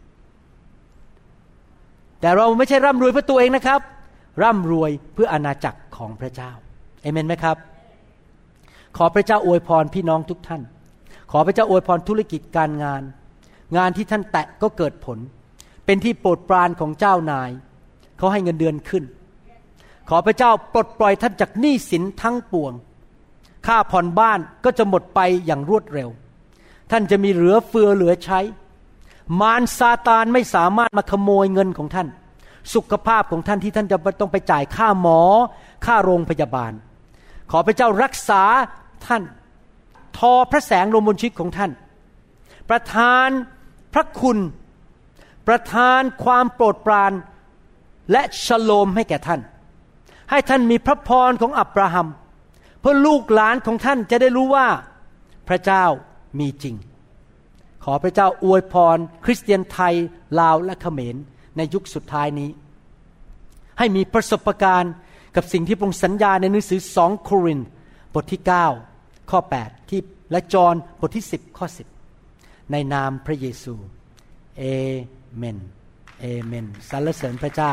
แต่เราไม่ใช่ร่ำรวยเพื่อตัวเองนะครับร่ำรวยเพื่ออาณาจักรของพระเจ้าเอเมนไหมครับขอพระเจ้าอวยพรพี่น้องทุกท่านขอพระเจ้าอวยพรธุรกิจการงานงานที่ท่านแตะก็เกิดผลเป็นที่โปรดปรานของเจ้านายเขาให้เงินเดือนขึ้นขอพระเจ้าปลดปล่อยท่านจากหนี้สินทั้งปวงค่าผ่อนบ้านก็จะหมดไปอย่างรวดเร็วท่านจะมีเหลือเฟือเหลือใช้มารซาตานไม่สามารถมาขโมยเงินของท่านสุขภาพของท่านที่ท่านจะต้องไปจ่ายค่าหมอค่าโรงพยาบาลขอพระเจ้ารักษาท่านทอพระแสงลงบนชีวิตของท่านประทานพระคุณประทานความโปรดปรานและชโลมให้แก่ท่านให้ท่านมีพระพรของอับราฮัมเพื่อลูกหลานของท่านจะได้รู้ว่าพระเจ้ามีจริงขอพระเจ้าอวยพรคริสเตียนไทยลาวและเขมรในยุคสุดท้ายนี้ให้มีประสบการณ์กับสิ่งที่พระองค์สัญญาในหนังสือสองโครินธ์บทที่เก้าข้อแปดที่และจอห์นบทที่สิบข้อสิบในนามพระเยซูเอเมนเอเมนสรรเสริญพระเจ้า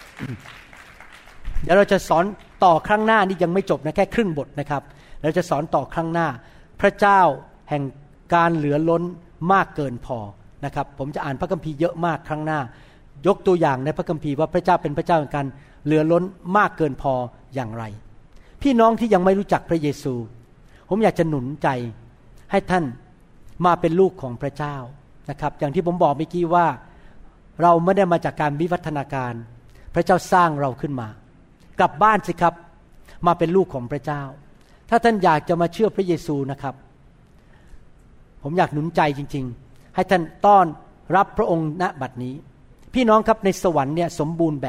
เดี๋ยวเราจะสอนต่อครั้งหน้านี่ยังไม่จบนะแค่ครึ่งบทนะครับเราจะสอนต่อครั้งหน้าพระเจ้าแห่งการเหลือล้นมากเกินพอนะครับผมจะอ่านพระคัมภีร์เยอะมากครั้งหน้ายกตัวอย่างในพระคัมภีร์ว่าพระเจ้าเป็นพระเจ้าแห่งการเหลือล้นมากเกินพออย่างไรพี่น้องที่ยังไม่รู้จักพระเยซูผมอยากจะหนุนใจให้ท่านมาเป็นลูกของพระเจ้านะครับอย่างที่ผมบอกเมื่อกี้ว่าเราไม่ได้มาจากการวิวัฒนาการพระเจ้าสร้างเราขึ้นมากลับบ้านสิครับมาเป็นลูกของพระเจ้าถ้าท่านอยากจะมาเชื่อพระเยซูนะครับผมอยากหนุนใจจริงๆให้ท่านต้อนรับพระองค์ณบัดนี้พี่น้องครับในสวรรค์เนี่ยสมบูรณ์แบบ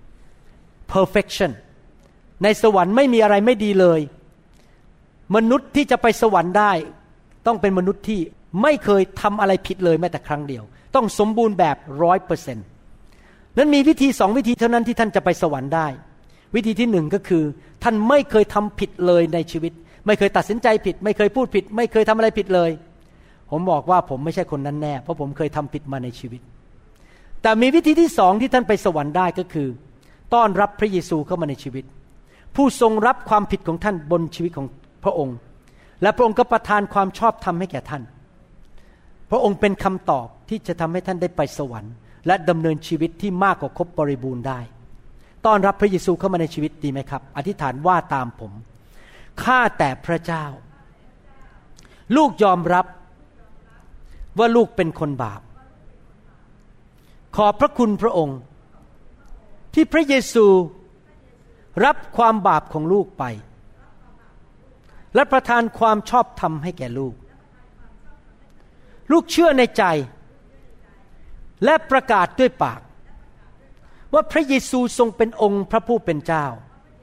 perfection ในสวรรค์ไม่มีอะไรไม่ดีเลยมนุษย์ที่จะไปสวรรค์ได้ต้องเป็นมนุษย์ที่ไม่เคยทำอะไรผิดเลยแม้แต่ครั้งเดียวต้องสมบูรณ์แบบ ร้อยเปอร์เซ็นต์ นั้นมีวิธีสองวิธีเท่านั้นที่ท่านจะไปสวรรค์ได้วิธีที่หนึ่งก็คือท่านไม่เคยทำผิดเลยในชีวิตไม่เคยตัดสินใจผิดไม่เคยพูดผิดไม่เคยทำอะไรผิดเลยผมบอกว่าผมไม่ใช่คนนั้นแน่เพราะผมเคยทำผิดมาในชีวิตแต่มีวิธีที่สองที่ท่านไปสวรรค์ได้ก็คือต้อนรับพระเยซูเข้ามาในชีวิตผู้ทรงรับความผิดของท่านบนชีวิตของพระองค์และพระองค์ก็ประทานความชอบธรรมให้แก่ท่านพระองค์เป็นคำตอบที่จะทำให้ท่านได้ไปสวรรค์และดำเนินชีวิตที่มากกว่าครบบริบูรณ์ได้ต้อนรับพระเยซูเข้ามาในชีวิตดีไหมครับอธิษฐานว่าตามผมข้าแต่พระเจ้าลูกยอมรับว่าลูกเป็นคนบาปขอบพระคุณพระองค์ที่พระเยซูรับความบาปของลูกไปและประทานความชอบธรรมให้แก่ลูกลูกเชื่อในใจและประกาศด้วยปากว่าพระเยซูทรงเป็นองค์พระผู้เป็นเจ้า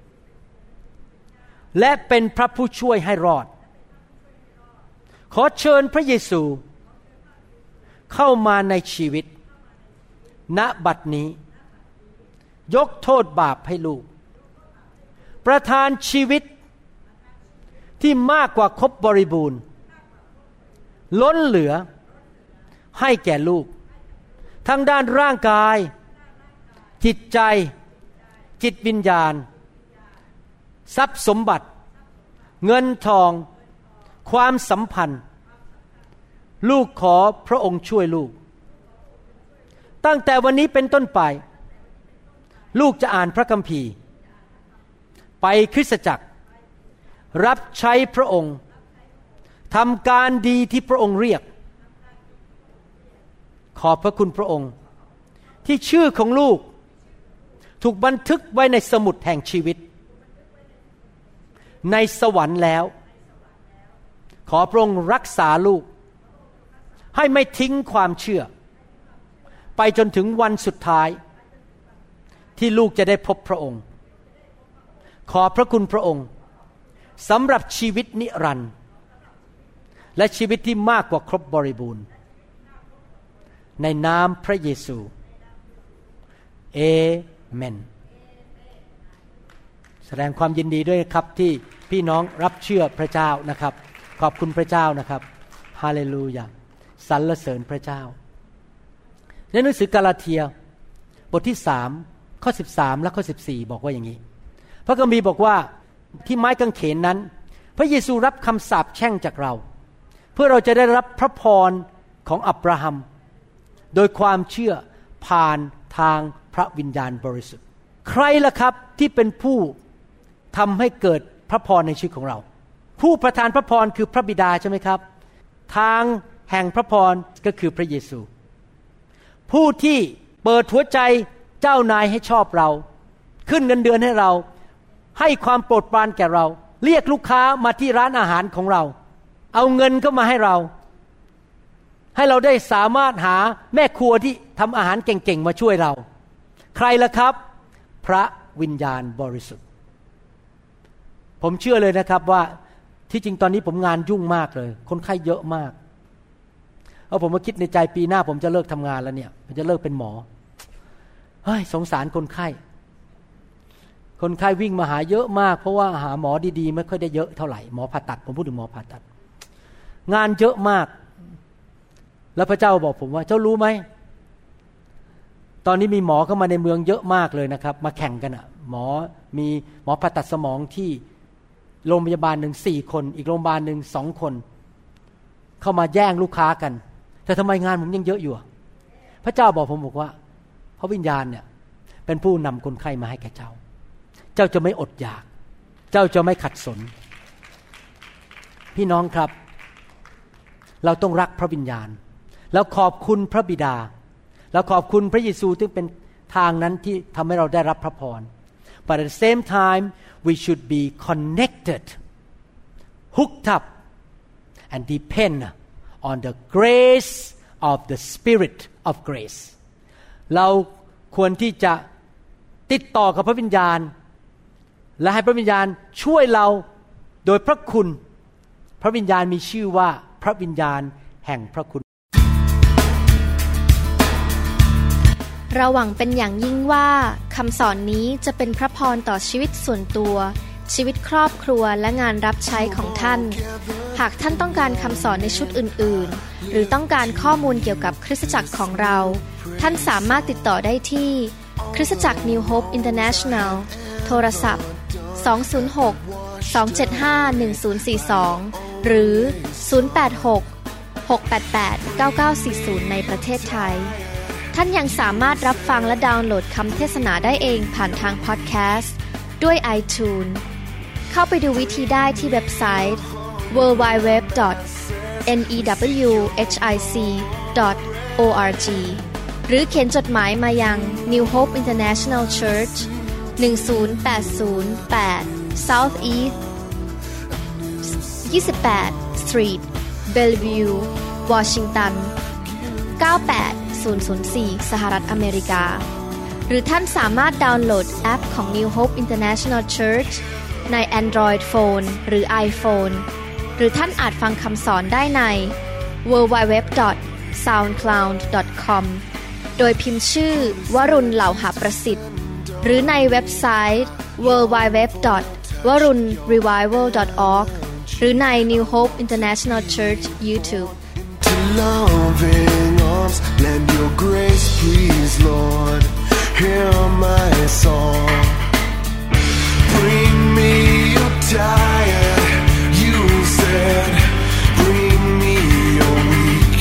และเป็นพระผู้ช่วยให้รอดขอเชิญพระเยซูเข้ามาในชีวิตณบัดนี้ยกโทษบาปให้ลูกประทานชีวิตที่มากกว่าครบบริบูรณ์ล้นเหลือให้แก่ลูกทั้งด้านร่างกายจิตใจจิตวิญญาณทรัพย์สมบัติเงินทองความสัมพันธ์ลูกขอพระองค์ช่วยลูกตั้งแต่วันนี้เป็นต้นไปลูกจะอ่านพระคัมภีร์ไปคริสตจักรรับใช้พระองค์ทำการดีที่พระองค์เรียกขอบพระคุณพระองค์ที่ชื่อของลูกถูกบันทึกไว้ในสมุดแห่งชีวิตในสวรรค์แล้วขอพระองค์รักษาลูกให้ไม่ทิ้งความเชื่อไปจนถึงวันสุดท้ายที่ลูกจะได้พบพระองค์ขอพระคุณพระองค์สำหรับชีวิตนิรันดร์และชีวิตที่มากกว่าครบบริบูรณ์ในนามพระเยซูเอเมนแสดงความยินดีด้วยครับที่พี่น้องรับเชื่อพระเจ้านะครับขอบคุณพระเจ้านะครับฮาเลลูยาสรรเสริญพระเจ้าในหนังสือกาลาเทียบทที่สามข้อสิบสามและข้อสิบสี่บอกว่าอย่างนี้พระคัมภีร์บอกว่าที่ไม้กางเขนนั้นพระเยซูรับคำสาปแช่งจากเราเพื่อเราจะได้รับพระพรของอับราฮัมโดยความเชื่อผ่านทางพระวิญญาณบริสุทธิ์ใครล่ะครับที่เป็นผู้ทำให้เกิดพระพรในชีวิตของเราผู้ประทานพระพรคือพระบิดาใช่ไหมครับทางแห่งพระพรก็คือพระเยซูผู้ที่เปิดหัวใจเจ้านายให้ชอบเราขึ้นเงินเดือนให้เราให้ความโปรดปรานแก่เราเรียกลูกค้ามาที่ร้านอาหารของเราเอาเงินเข้ามาให้เราให้เราได้สามารถหาแม่ครัวที่ทำอาหารเก่งๆมาช่วยเราใครล่ะครับพระวิญญาณบริสุทธิ์ผมเชื่อเลยนะครับว่าที่จริงตอนนี้ผมงานยุ่งมากเลยคนไข้เยอะมากเอาผมมาคิดในใจปีหน้าผมจะเลิกทำงานแล้วเนี่ยผมจะเลิกเป็นหมอเฮ้ยสงสารคนไข้คนไข้วิ่งมาหาเยอะมากเพราะว่าหาหมอดีๆไม่ค่อยได้เยอะเท่าไหร่หมอผ่าตัดผมพูดถึงหมอผ่าตัดงานเยอะมากแล้วพระเจ้าบอกผมว่าเจ้ารู้ไหมตอนนี้มีหมอเข้ามาในเมืองเยอะมากเลยนะครับมาแข่งกันอ่ะหมอมีหมอผ่าตัดสมองที่โรงพยาบาลหนึ่งสี่คนอีกโรงพยาบาลหนึ่งสองคนเข้ามาแย่งลูกค้ากันแต่ทำไมงานผมยังเยอะอยู่พระเจ้าบอกผมบอกว่าพระวิญญาณเนี่ยเป็นผู้นำคนไข้มาให้แก่เจ้าเจ้าจะไม่อดอยากเจ้าจะไม่ขัดสนพี่น้องครับเราต้องรักพระวิญญาณแล้วขอบคุณพระบิดาแล้วขอบคุณพระเยซูที่เป็นทางนั้นที่ทำให้เราได้รับพระพร but at the same time we should be connected hooked up and depend on the grace of the Spirit of grace เราควรที่จะติดต่อกับพระวิญญาณและให้พระวิญญาณช่วยเราโดยพระคุณพระวิญญาณมีชื่อว่าพระวิญญาณแห่งพระคุณเราหวังเป็นอย่างยิ่งว่าคำสอนนี้จะเป็นพระพรต่อชีวิตส่วนตัวชีวิตครอบครัวและงานรับใช้ของท่านหากท่านต้องการคำสอนในชุดอื่นๆหรือต้องการข้อมูลเกี่ยวกับคริสตจักรของเราท่านสามารถติดต่อได้ที่คริสตจักร New Hope International โทรศัพท์สอง ศูนย์ หก สอง เจ็ด ห้า หนึ่ง ศูนย์ สี่ สองหรือศูนย์ แปด หก หก แปด แปด เก้า เก้า สี่ ศูนย์ในประเทศไทยท่านยังสามารถรับฟังและดาวน์โหลดคำเทศนาได้เองผ่านทางพอดแคสต์ด้วย iTunes เข้าไปดูวิธีได้ที่เว็บไซต์ ดับเบิลยู ดับเบิลยู ดับเบิลยู ดอท เน อี ดับเบิลยู เอช ไอ ซี ดอท โอ อาร์ จี หรือเขียนจดหมายมายัง New Hope International Church หนึ่ง ศูนย์ แปด ศูนย์ แปด South East ยี่สิบแปด Street Bellevue Washington เก้า แปด ศูนย์ ศูนย์ สี่ สหรัฐอเมริกาหรือท่านสามารถดาวน์โหลดแอปของ New Hope International Church ใน Android Phone หรือ iPhone หรือท่านอาจฟังคำสอนได้ใน ดับเบิลยู ดับเบิลยู ดับเบิลยู ดอท ซาวด์คลาวด์ ดอท คอม โดยพิมพ์ชื่อวรุณเหล่าหาประสิทธิ์หรือในเว็บไซต์ ดับเบิลยู ดับเบิลยู ดับเบิลยู ดอท วรุณ รีไววัล ดอท ออร์ก หรือใน New Hope International Church YouTube Loving arms, lend your grace, please, Lord. Hear my song. Bring me your tired, you said. Bring me your weak.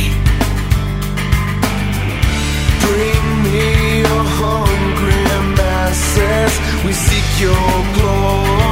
Bring me your hungry masses. We seek your glory.